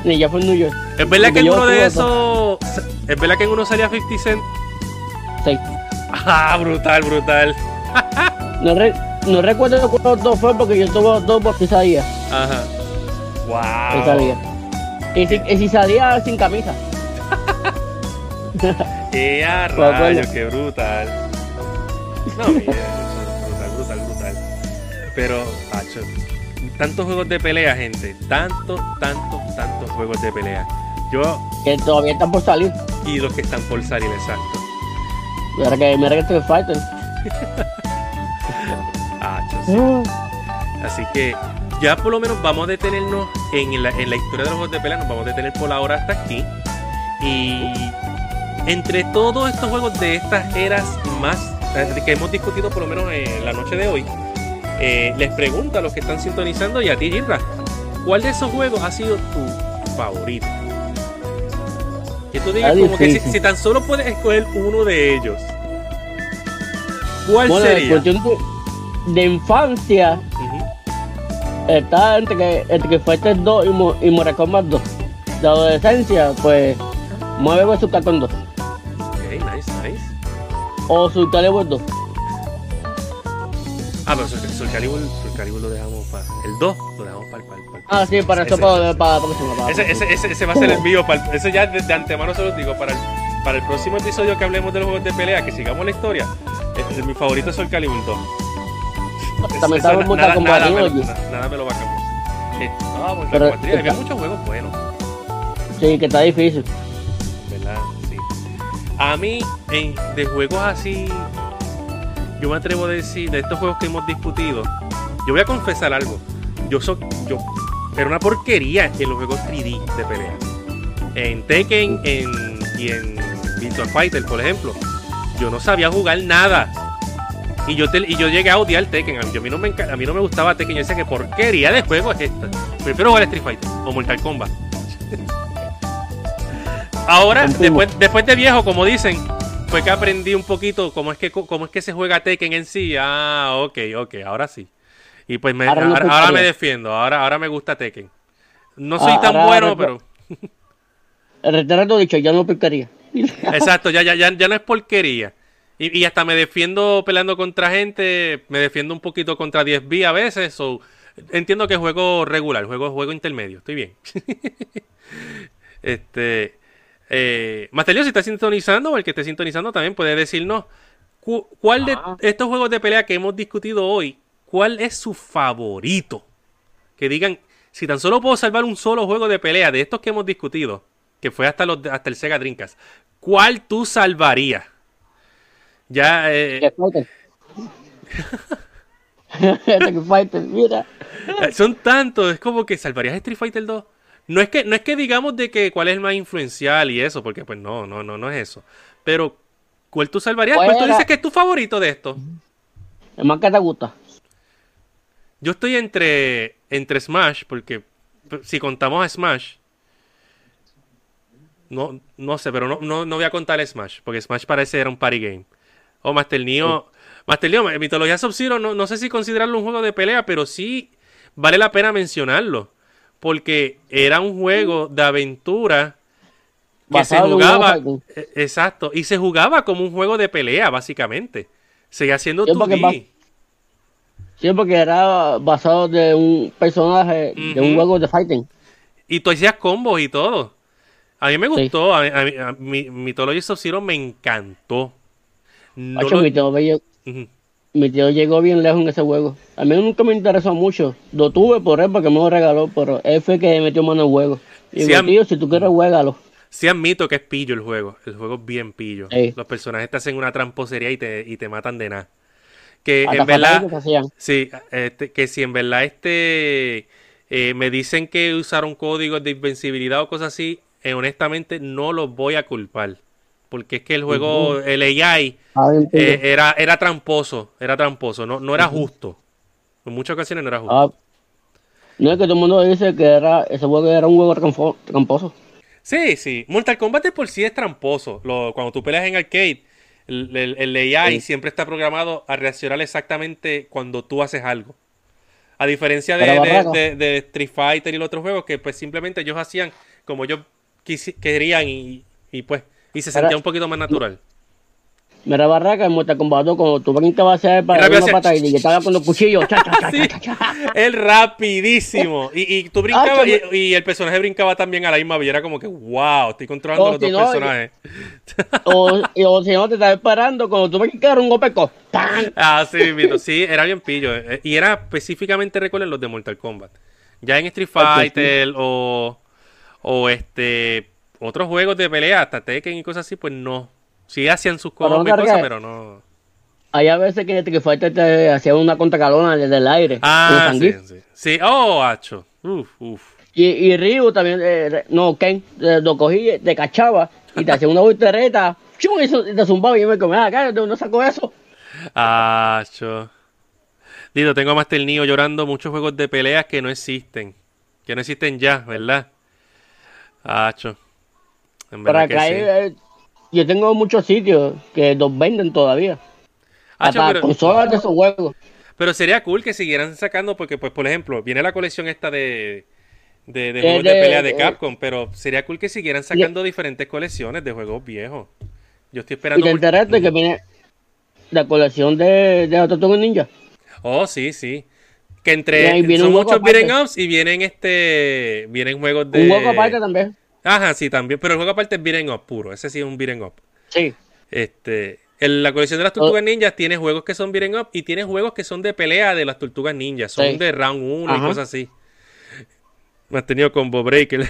Speaker 3: Ni ya fue en New York.
Speaker 1: ¿Es verdad que
Speaker 3: Porque
Speaker 1: en
Speaker 3: yo
Speaker 1: uno de
Speaker 3: tuve
Speaker 1: esos... ¿Es verdad que en uno salía cincuenta Cent?
Speaker 3: Sí.
Speaker 1: Ah, brutal, brutal.
Speaker 3: No, re, no recuerdo cuántos dos fue porque yo tuve dos por si salía.
Speaker 1: Ajá. Wow.
Speaker 3: Si salía. Y si, y si salía sin camisa.
Speaker 1: ¡Qué a
Speaker 3: Pues, bueno.
Speaker 1: rayos! ¡Qué brutal! No, bien, eso, brutal, brutal, brutal. Pero, macho, tantos juegos de pelea, gente. Tantos, tantos, tantos juegos de pelea. Yo
Speaker 3: Que todavía están por salir.
Speaker 1: y los que están por salir, exacto.
Speaker 3: Mira que mira que Street Fighter.
Speaker 1: Macho, sí. Así que ya por lo menos vamos a detenernos en la, en la historia de los juegos de pelea. Nos vamos a detener por ahora hasta aquí. Y entre todos estos juegos de estas eras más eh, que hemos discutido por lo menos en la noche de hoy, eh, les pregunto a los que están sintonizando y a ti, Jirra, ¿cuál de esos juegos ha sido tu favorito? Que tú digas como que si, si tan solo puedes escoger uno de ellos, ¿cuál
Speaker 3: Bueno,
Speaker 1: sería?
Speaker 3: en cuestión de, de infancia,
Speaker 1: Uh-huh.
Speaker 3: está entre que, entre que Fighter dos y, Mo, y Mortal Kombat dos. De adolescencia, pues, Mueve versus Capcom dos.
Speaker 1: Ok, nice, nice.
Speaker 3: O Soul Calibur dos.
Speaker 1: Ah, pero Soul, Soul Calibur, Soul Calibur lo dejamos para el dos, lo dejamos para el, para el, para el
Speaker 3: Ah, sí, para
Speaker 1: ese,
Speaker 3: eso, para, para, para, para, para,
Speaker 1: ese, ese, ese, ese va a ser el mío, para el- eso ya de, de antemano se los digo, para el, para el próximo episodio que hablemos de los juegos de pelea, que sigamos la historia, eh, mi favorito es Soul Calibur dos.
Speaker 3: También
Speaker 1: Eso,
Speaker 3: estaba
Speaker 1: na-
Speaker 3: Mortal
Speaker 1: nada,
Speaker 3: Kombat,
Speaker 1: nada, me,
Speaker 3: oye.
Speaker 1: lo- na- nada me lo va a cambiar. Eh, no, Mortal
Speaker 3: Pero
Speaker 1: Kombat tres, había
Speaker 3: está-
Speaker 1: muchos juegos buenos,
Speaker 3: Sí, que está difícil.
Speaker 1: ¿verdad? Sí. A mí, en, de juegos así, yo me atrevo a decir, de estos juegos que hemos discutido, yo voy a confesar algo. Yo soy, yo, era una porquería en los juegos tres D de pelea. En Tekken en, y en Virtua Fighter, por ejemplo, yo no sabía jugar nada. Y yo, te, y yo llegué a odiar Tekken. A mí, a mí no me, enca- a mí no me gustaba Tekken. Yo decía que porquería de juego es esta. Prefiero jugar Street Fighter o Mortal Kombat. Ahora,
Speaker 3: Entiendo.
Speaker 1: después, después de viejo, como dicen, fue que aprendí un poquito cómo es que, cómo es que se juega Tekken en sí. Ah, ok, ok, ahora sí. Y pues me,
Speaker 3: Ahora no
Speaker 1: ahora,
Speaker 3: te
Speaker 1: ahora me
Speaker 3: creo.
Speaker 1: defiendo. Ahora, ahora me gusta Tekken. No soy
Speaker 3: Ah,
Speaker 1: tan
Speaker 3: ahora-
Speaker 1: bueno,
Speaker 3: ahora-
Speaker 1: pero...
Speaker 3: El retrato dicho, ya no picaría.
Speaker 1: Exacto, ya, ya, ya, ya no es porquería. Y, y hasta me defiendo peleando contra gente, me defiendo un poquito contra diez B a veces. So, entiendo que juego regular, juego, juego intermedio, estoy bien. este, eh, Master Leo, si está sintonizando o el que esté sintonizando también puede decirnos cu- cuál de
Speaker 3: Ah.
Speaker 1: estos juegos de pelea que hemos discutido hoy, cuál es su favorito. Que digan, si tan solo puedo salvar un solo juego de pelea de estos que hemos discutido, que fue hasta, los, hasta el Sega Dreamcast, ¿cuál tú salvarías? Ya, eh,
Speaker 3: Street Fighter. Street Fighter, mira.
Speaker 1: eh, son tantos, es como que salvarías Street Fighter dos. No es que, no es que digamos de que cuál es el más influencial y eso, porque pues no, no, no, no es eso. Pero, ¿cuál tú salvarías? ¿Cuál tú
Speaker 3: Fuera.
Speaker 1: dices que es tu favorito de estos?
Speaker 3: El más que te gusta.
Speaker 1: Yo estoy entre, entre Smash, porque p- si contamos a Smash, no, no sé, pero no, no, no voy a contar Smash, porque Smash parece era un party game. O Master Neo, Master Neo, Mitología Sub-Zero, no, no sé si considerarlo un juego de pelea, pero sí vale la pena mencionarlo, porque era un juego de aventura que se
Speaker 3: Basado en un
Speaker 1: jugaba,
Speaker 3: juego
Speaker 1: eh, exacto, y se jugaba como un juego de pelea, básicamente. Seguía siendo
Speaker 3: Sí,
Speaker 1: dos
Speaker 3: porque
Speaker 1: D.
Speaker 3: va- Sí, porque era basado de un personaje de un
Speaker 1: Ujú.
Speaker 3: juego de fighting.
Speaker 1: Y tú hacías combos y todo. A mí me
Speaker 3: Sí.
Speaker 1: gustó. A, mí- a mí- a mí- Mythology Sub-Zero me encantó. No
Speaker 3: Hacho,
Speaker 1: lo-
Speaker 3: mi, tío, lle-
Speaker 1: Ujú.
Speaker 3: mi tío llegó bien lejos en ese juego. A mí nunca me interesó mucho. Lo tuve por él porque me lo regaló, pero él fue que metió mano en el juego. Y
Speaker 1: Sí,
Speaker 3: mi
Speaker 1: a mí-
Speaker 3: tío, si tú quieres, juégalo.
Speaker 1: Sí admito que es pillo el juego. El juego es bien pillo.
Speaker 3: Sí.
Speaker 1: Los personajes te hacen una tramposería y te, y te matan de nada. Que
Speaker 3: Hasta
Speaker 1: en verdad...
Speaker 3: fatalities hacían.
Speaker 1: Sí, este, que si en verdad este eh, me dicen que usaron códigos de invencibilidad o cosas así, eh, honestamente no los voy a culpar. Porque es que el juego,
Speaker 3: Ujú.
Speaker 1: el A I,
Speaker 3: Ah, bien, tío.
Speaker 1: eh, era, era tramposo, era tramposo, no, no era justo. En muchas ocasiones no era justo.
Speaker 3: Ah, no es que todo el mundo dice que era ese juego era un juego trampo- tramposo.
Speaker 1: Sí, sí. Mortal Kombat de por sí es tramposo. Lo- cuando tú peleas en arcade, el, el- el A I
Speaker 3: Sí.
Speaker 1: siempre está programado a reaccionar exactamente cuando tú haces algo. A diferencia de, de, de, de Street Fighter y los otros juegos, que pues simplemente ellos hacían como ellos querían y, y pues y se sentía Pero, un poquito más natural.
Speaker 3: Mira, Barraca, en Mortal Kombat dos, cuando tú brincabas a hacer para una pata y estaba con los cuchillos, cha, cha, cha,
Speaker 1: sí, cha, cha, cha. Es rapidísimo. Y, y tú brincabas ah, y, y el personaje brincaba también a la misma vez. Era como que, wow, estoy controlando o los si dos no, personajes.
Speaker 3: O, y, o si no, te estás parando cuando tú brincabas un golpe con ¡pam!
Speaker 1: Ah, sí, mito. Sí, era bien pillo. Y era específicamente, recuerden, los de Mortal Kombat. Ya en Street Fighter okay, sí. o, o este otros juegos de pelea, hasta Tekken y cosas así, pues no. Sí hacían sus cosas, no cosas, pero no.
Speaker 3: Hay a veces que Street Fighter te hacía una contracalona desde el aire.
Speaker 1: Ah, sí, sí. Sí, oh, hacho. Uf, uf.
Speaker 3: Y, y Ryu también, eh, no, Ken, eh, lo cogí, te cachaba y te hacía una voltereta, chum, y te zumbaba y yo me comía acá, ¿de dónde saco eso?
Speaker 1: Hacho. Dito, tengo a Master Neo llorando muchos juegos de peleas que no existen. Que no existen ya, ¿verdad? Hacho. En verdad
Speaker 3: Pero acá
Speaker 1: que
Speaker 3: hay,
Speaker 1: sí.
Speaker 3: eh, yo tengo muchos sitios que los venden todavía.
Speaker 1: Ah,
Speaker 3: hasta
Speaker 1: pero,
Speaker 3: consolas de esos juegos.
Speaker 1: Pero sería cool que siguieran sacando, porque, pues, por ejemplo, viene la colección esta de, de, de juegos de, de pelea de Capcom, eh, pero sería cool que siguieran sacando de, diferentes colecciones de juegos viejos. Yo estoy esperando.
Speaker 3: ¿Y te enteraste que viene la colección de, de Tortugas Ninja?
Speaker 1: Oh, sí, sí. Que entre son muchos beat'em ups y vienen este vienen juegos de.
Speaker 3: Un juego aparte también.
Speaker 1: Ajá, sí, también. Pero el juego aparte es beat'em up puro. Ese sí es un beat'em up.
Speaker 3: Sí.
Speaker 1: Este. En la colección de las Tortugas oh. Ninjas tiene juegos que son beat'em up y tiene juegos que son de pelea de las Tortugas Ninjas. Son sí. de round uno Ajá. y cosas así. Me has tenido combo breaker.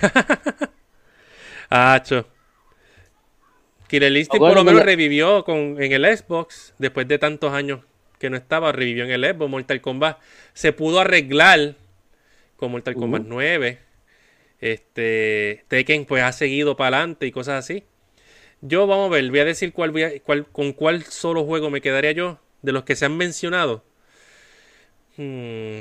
Speaker 1: Acho. Killer Instinct por lo menos revivió con, en el Xbox. Después de tantos años que no estaba, revivió en el Xbox. Mortal Kombat se pudo arreglar con Mortal uh-huh. Kombat nueve. Este, Tekken pues ha seguido para adelante y cosas así. Yo, vamos a ver, voy a decir cuál, voy a, cuál, con cuál solo juego me quedaría yo de los que se han mencionado. Hmm.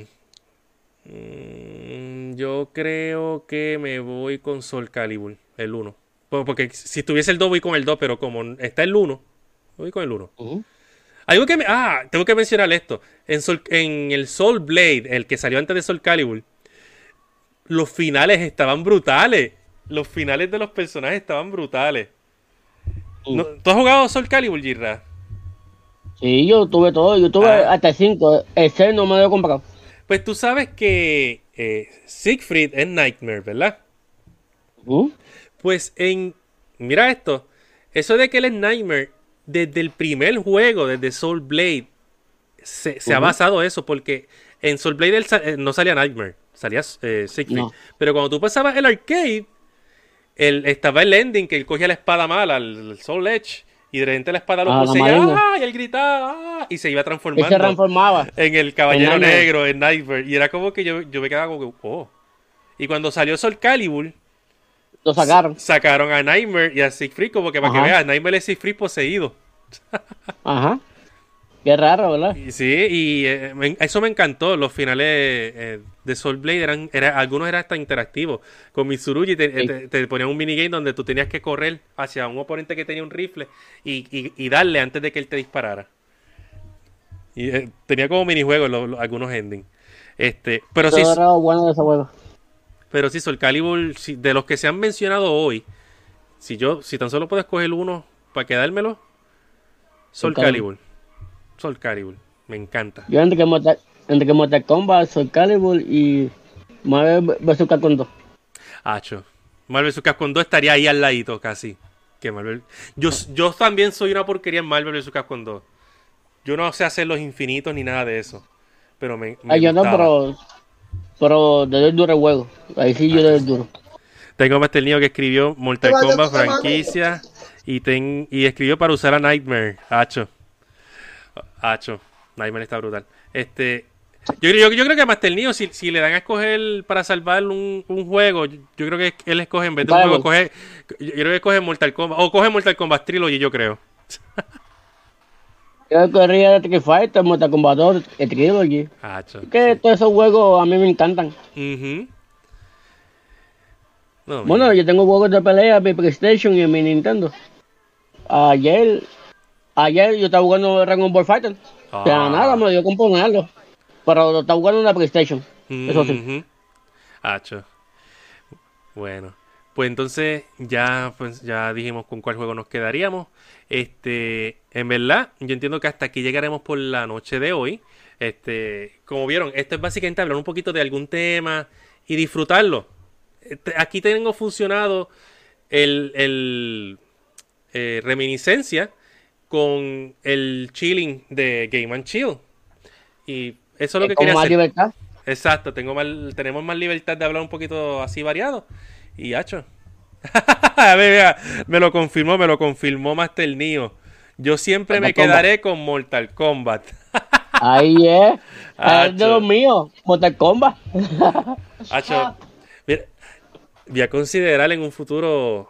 Speaker 1: Hmm, yo creo que me voy con Soul Calibur, el uno. Porque si estuviese el dos voy con el dos, pero como está el uno, voy con el uno. Uh-huh. Algo que me, ah, tengo que mencionar esto. En, Soul, en el Soul Blade, el que salió antes de Soul Calibur, los finales estaban brutales. Los finales de los personajes estaban brutales. Uh. ¿No, ¿Tú has jugado Soul Calibur, Jirra?
Speaker 3: Sí, yo tuve todo. Yo tuve ah. hasta el cinco. El seis no me lo he comprado.
Speaker 1: Pues tú sabes que eh, Siegfried es Nightmare, ¿verdad?
Speaker 3: Uh.
Speaker 1: Pues en... Mira esto. Eso de que él es Nightmare, desde el primer juego, desde Soul Blade, se, se uh-huh. ha basado eso, porque en Soul Blade él, eh, no salía Nightmare, salía eh, Siegfried. No. Pero cuando tú pasabas el arcade, él, estaba el ending, que él cogía la espada mala, el, el Soul Edge, y de repente la espada lo ah, poseía, ¡ah! Y él gritaba, ¡ah! Y se iba transformando.
Speaker 3: Y se transformaba.
Speaker 1: En el Caballero en Negro, en Nightmare. Y era como que yo, yo me quedaba como que, oh. Y cuando salió Soul Calibur,
Speaker 3: lo sacaron.
Speaker 1: Sacaron a Nightmare y a Siegfried, como que para Ajá. que veas, Nightmare es Siegfried poseído.
Speaker 3: Ajá. Qué raro, ¿verdad?
Speaker 1: Y, sí, y eh, me, eso me encantó. Los finales eh, de Soul Blade eran, era, algunos eran hasta interactivos. Con Mitsurugi te, sí. te, te ponían un minigame donde tú tenías que correr hacia un oponente que tenía un rifle y, y, y darle antes de que él te disparara. Y eh, tenía como minijuegos lo, lo, algunos endings. Este, pero sí.
Speaker 3: Era bueno de ese juego.
Speaker 1: Pero sí, Soul Calibur, si, de los que se han mencionado hoy, si yo, si tan solo puedo escoger uno para quedármelo, Soul Calibur. Soul Calibur, me encanta.
Speaker 3: Yo entre que Mortal, entre que Mortal Kombat, Soul Calibur y Marvel versus. Capcom dos.
Speaker 1: Acho, Marvel versus. Capcom dos estaría ahí al ladito casi. Que Marvel. Yo, yo también soy una porquería en Marvel versus. Capcom dos. Yo no sé hacer los infinitos ni nada de eso. Pero me, me
Speaker 3: Ay, yo no, pero... Pero de duro el juego. Ahí sí yo de duro.
Speaker 1: Tengo más el niño que escribió Mortal Kombat franquicia y, ten, y escribió para usar a Nightmare. Hacho. Hacho. Nightmare está brutal. Este, yo, yo, yo creo que Master Neo, si, si le dan a escoger para salvar un, un juego, yo, yo creo que él escoge en vez de un juego, coge, yo creo que coge Mortal Kombat. O coge Mortal Kombat Trilogy, yo creo.
Speaker 3: Yo corría Street Fighter, Mortal Kombat dos, Trilogy.
Speaker 1: Hacho.
Speaker 3: Es que sí. Todos esos juegos a mí me encantan.
Speaker 1: Uh-huh. No,
Speaker 3: bueno, mira. Yo tengo juegos de pelea en mi PlayStation y en mi Nintendo. Ayer, ayer yo estaba jugando Dragon Ball Fighter. Ah. Pero nada, me lo dio con ponerlo. Pero lo está jugando en la PlayStation. Eso sí.
Speaker 1: Uh-huh. Hacho. Bueno. Pues entonces ya, pues ya dijimos con cuál juego nos quedaríamos. Este, en verdad, yo entiendo que hasta aquí llegaremos por la noche de hoy. Este, como vieron, esto es básicamente hablar un poquito de algún tema y disfrutarlo. Este, aquí tengo funcionado el, el eh, reminiscencia con el chilling de Game and Chill. Y eso es lo que
Speaker 3: Con
Speaker 1: quería
Speaker 3: más
Speaker 1: hacer.
Speaker 3: libertad.
Speaker 1: Exacto, tengo más, tenemos más libertad de hablar un poquito así variado. Y hacho. A ver, mira, me lo confirmó, me lo confirmó Master Neo. Yo siempre
Speaker 3: Mortal
Speaker 1: me
Speaker 3: Kombat.
Speaker 1: quedaré con Mortal Kombat.
Speaker 3: Ahí es.
Speaker 1: Hacho.
Speaker 3: Es de los míos. Mortal Kombat.
Speaker 1: Hacho, mira, voy a considerar en un futuro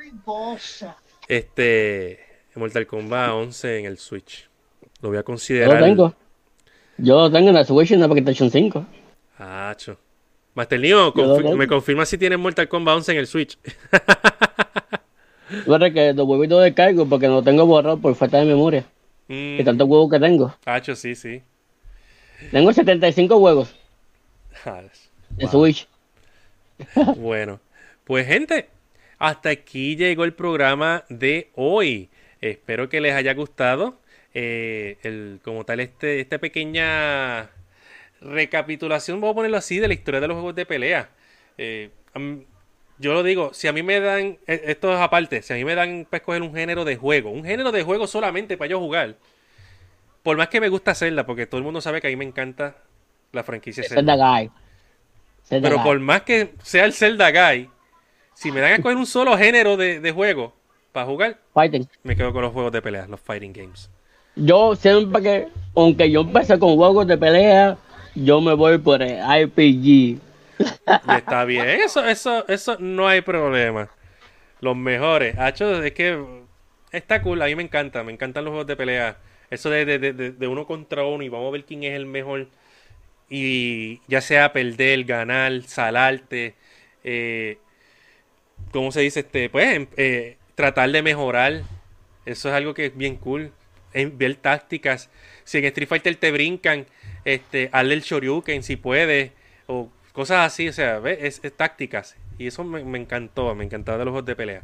Speaker 1: este Mortal Kombat once en el Switch. Lo voy a
Speaker 3: Yo
Speaker 1: considerar.
Speaker 3: lo tengo. Yo lo tengo en la Switch y en la PlayStation cinco.
Speaker 1: Hacho. Master Neo,
Speaker 3: Yo lo
Speaker 1: confi-
Speaker 3: tengo.
Speaker 1: me confirma si tienes Mortal Kombat once en el Switch.
Speaker 3: Bueno, que los huevitos de cargo porque no tengo borrado por falta de memoria.
Speaker 1: Mm,
Speaker 3: Y tantos huevos que tengo.
Speaker 1: Hacho, sí, sí.
Speaker 3: Tengo setenta y cinco huevos
Speaker 1: Ah,
Speaker 3: de
Speaker 1: wow.
Speaker 3: Switch.
Speaker 1: Bueno, pues gente, hasta aquí llegó el programa de hoy. Espero que les haya gustado. eh, el, como tal, este, esta pequeña recapitulación, vamos a ponerlo así, de la historia de los juegos de pelea. Eh, am- yo lo digo, si a mí me dan, eh, esto es aparte, si a mí me dan para escoger un género de juego, un género de juego solamente para yo jugar, por más que me gusta Zelda, porque todo el mundo sabe que a mí me encanta la franquicia Zelda.
Speaker 3: Zelda Guy. Zelda
Speaker 1: Pero
Speaker 3: Guy.
Speaker 1: por más que sea el Zelda Guy, si me dan a escoger un solo género de, de juego para jugar,
Speaker 3: Fighting.
Speaker 1: me quedo con los juegos de pelea, los fighting games.
Speaker 3: Yo siempre que, aunque yo empecé con juegos de pelea, yo me voy por el R P G.
Speaker 1: Y está bien, eso, eso, eso no hay problema. Los mejores. Hacho, es que está cool, a mí me encanta, me encantan los juegos de pelea. Eso de, de, de, de- de uno contra uno y vamos a ver quién es el mejor. Y ya sea perder, ganar, salarte. Eh, ¿Cómo se dice? Este, pues em- eh, tratar de mejorar. Eso es algo que es bien cool. En- ver tácticas. Si en Street Fighter te brincan, este, hazle el Shoryuken si puedes. O cosas así, o sea, ¿ves? Es, es tácticas. Y eso me, me encantó, me encantaba de los juegos de pelea.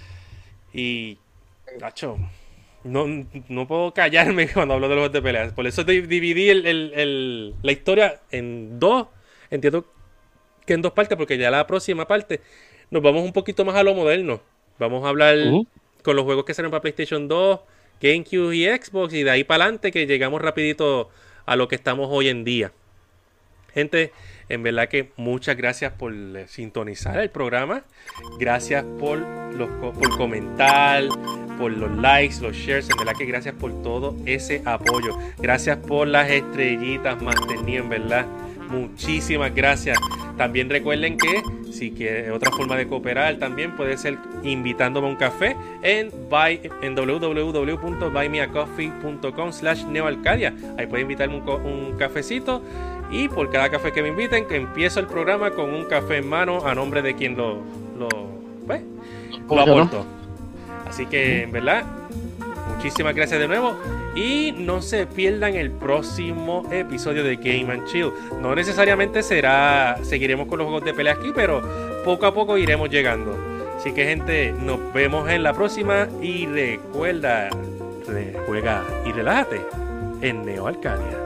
Speaker 1: Y, tacho, no, no puedo callarme cuando hablo de los juegos de pelea. Por eso di- dividí el- el- el- la historia en dos. Entiendo que en dos partes, porque ya la próxima parte nos vamos un poquito más a lo moderno. Vamos a hablar
Speaker 3: Ujú.
Speaker 1: con los juegos que salen para PlayStation dos, GameCube y Xbox, y de ahí para adelante que llegamos rapidito a lo que estamos hoy en día. Gente, en verdad que muchas gracias por eh, sintonizar el programa. Gracias por, los, co- por comentar, por los likes, los shares. En verdad que gracias por todo ese apoyo. Gracias por las estrellitas, Master Neo, en verdad. Muchísimas gracias. También recuerden que si quieren otra forma de cooperar también puede ser invitándome a un café en, buy, en w w w punto buy me a coffee punto com slash neoarcadia. Ahí pueden invitarme un, co- un cafecito y por cada café que me inviten que empiezo el programa con un café en mano a nombre de quien lo, lo, pues, lo
Speaker 3: ¿Cómo se llama?
Speaker 1: aportó. Así que en verdad muchísimas gracias de nuevo y no se pierdan el próximo episodio de Game and Chill. No necesariamente será, seguiremos con los juegos de pelea aquí, pero poco a poco iremos llegando. Así que gente, nos vemos en la próxima y recuerda, re- juega y relájate en Neo Arcadia.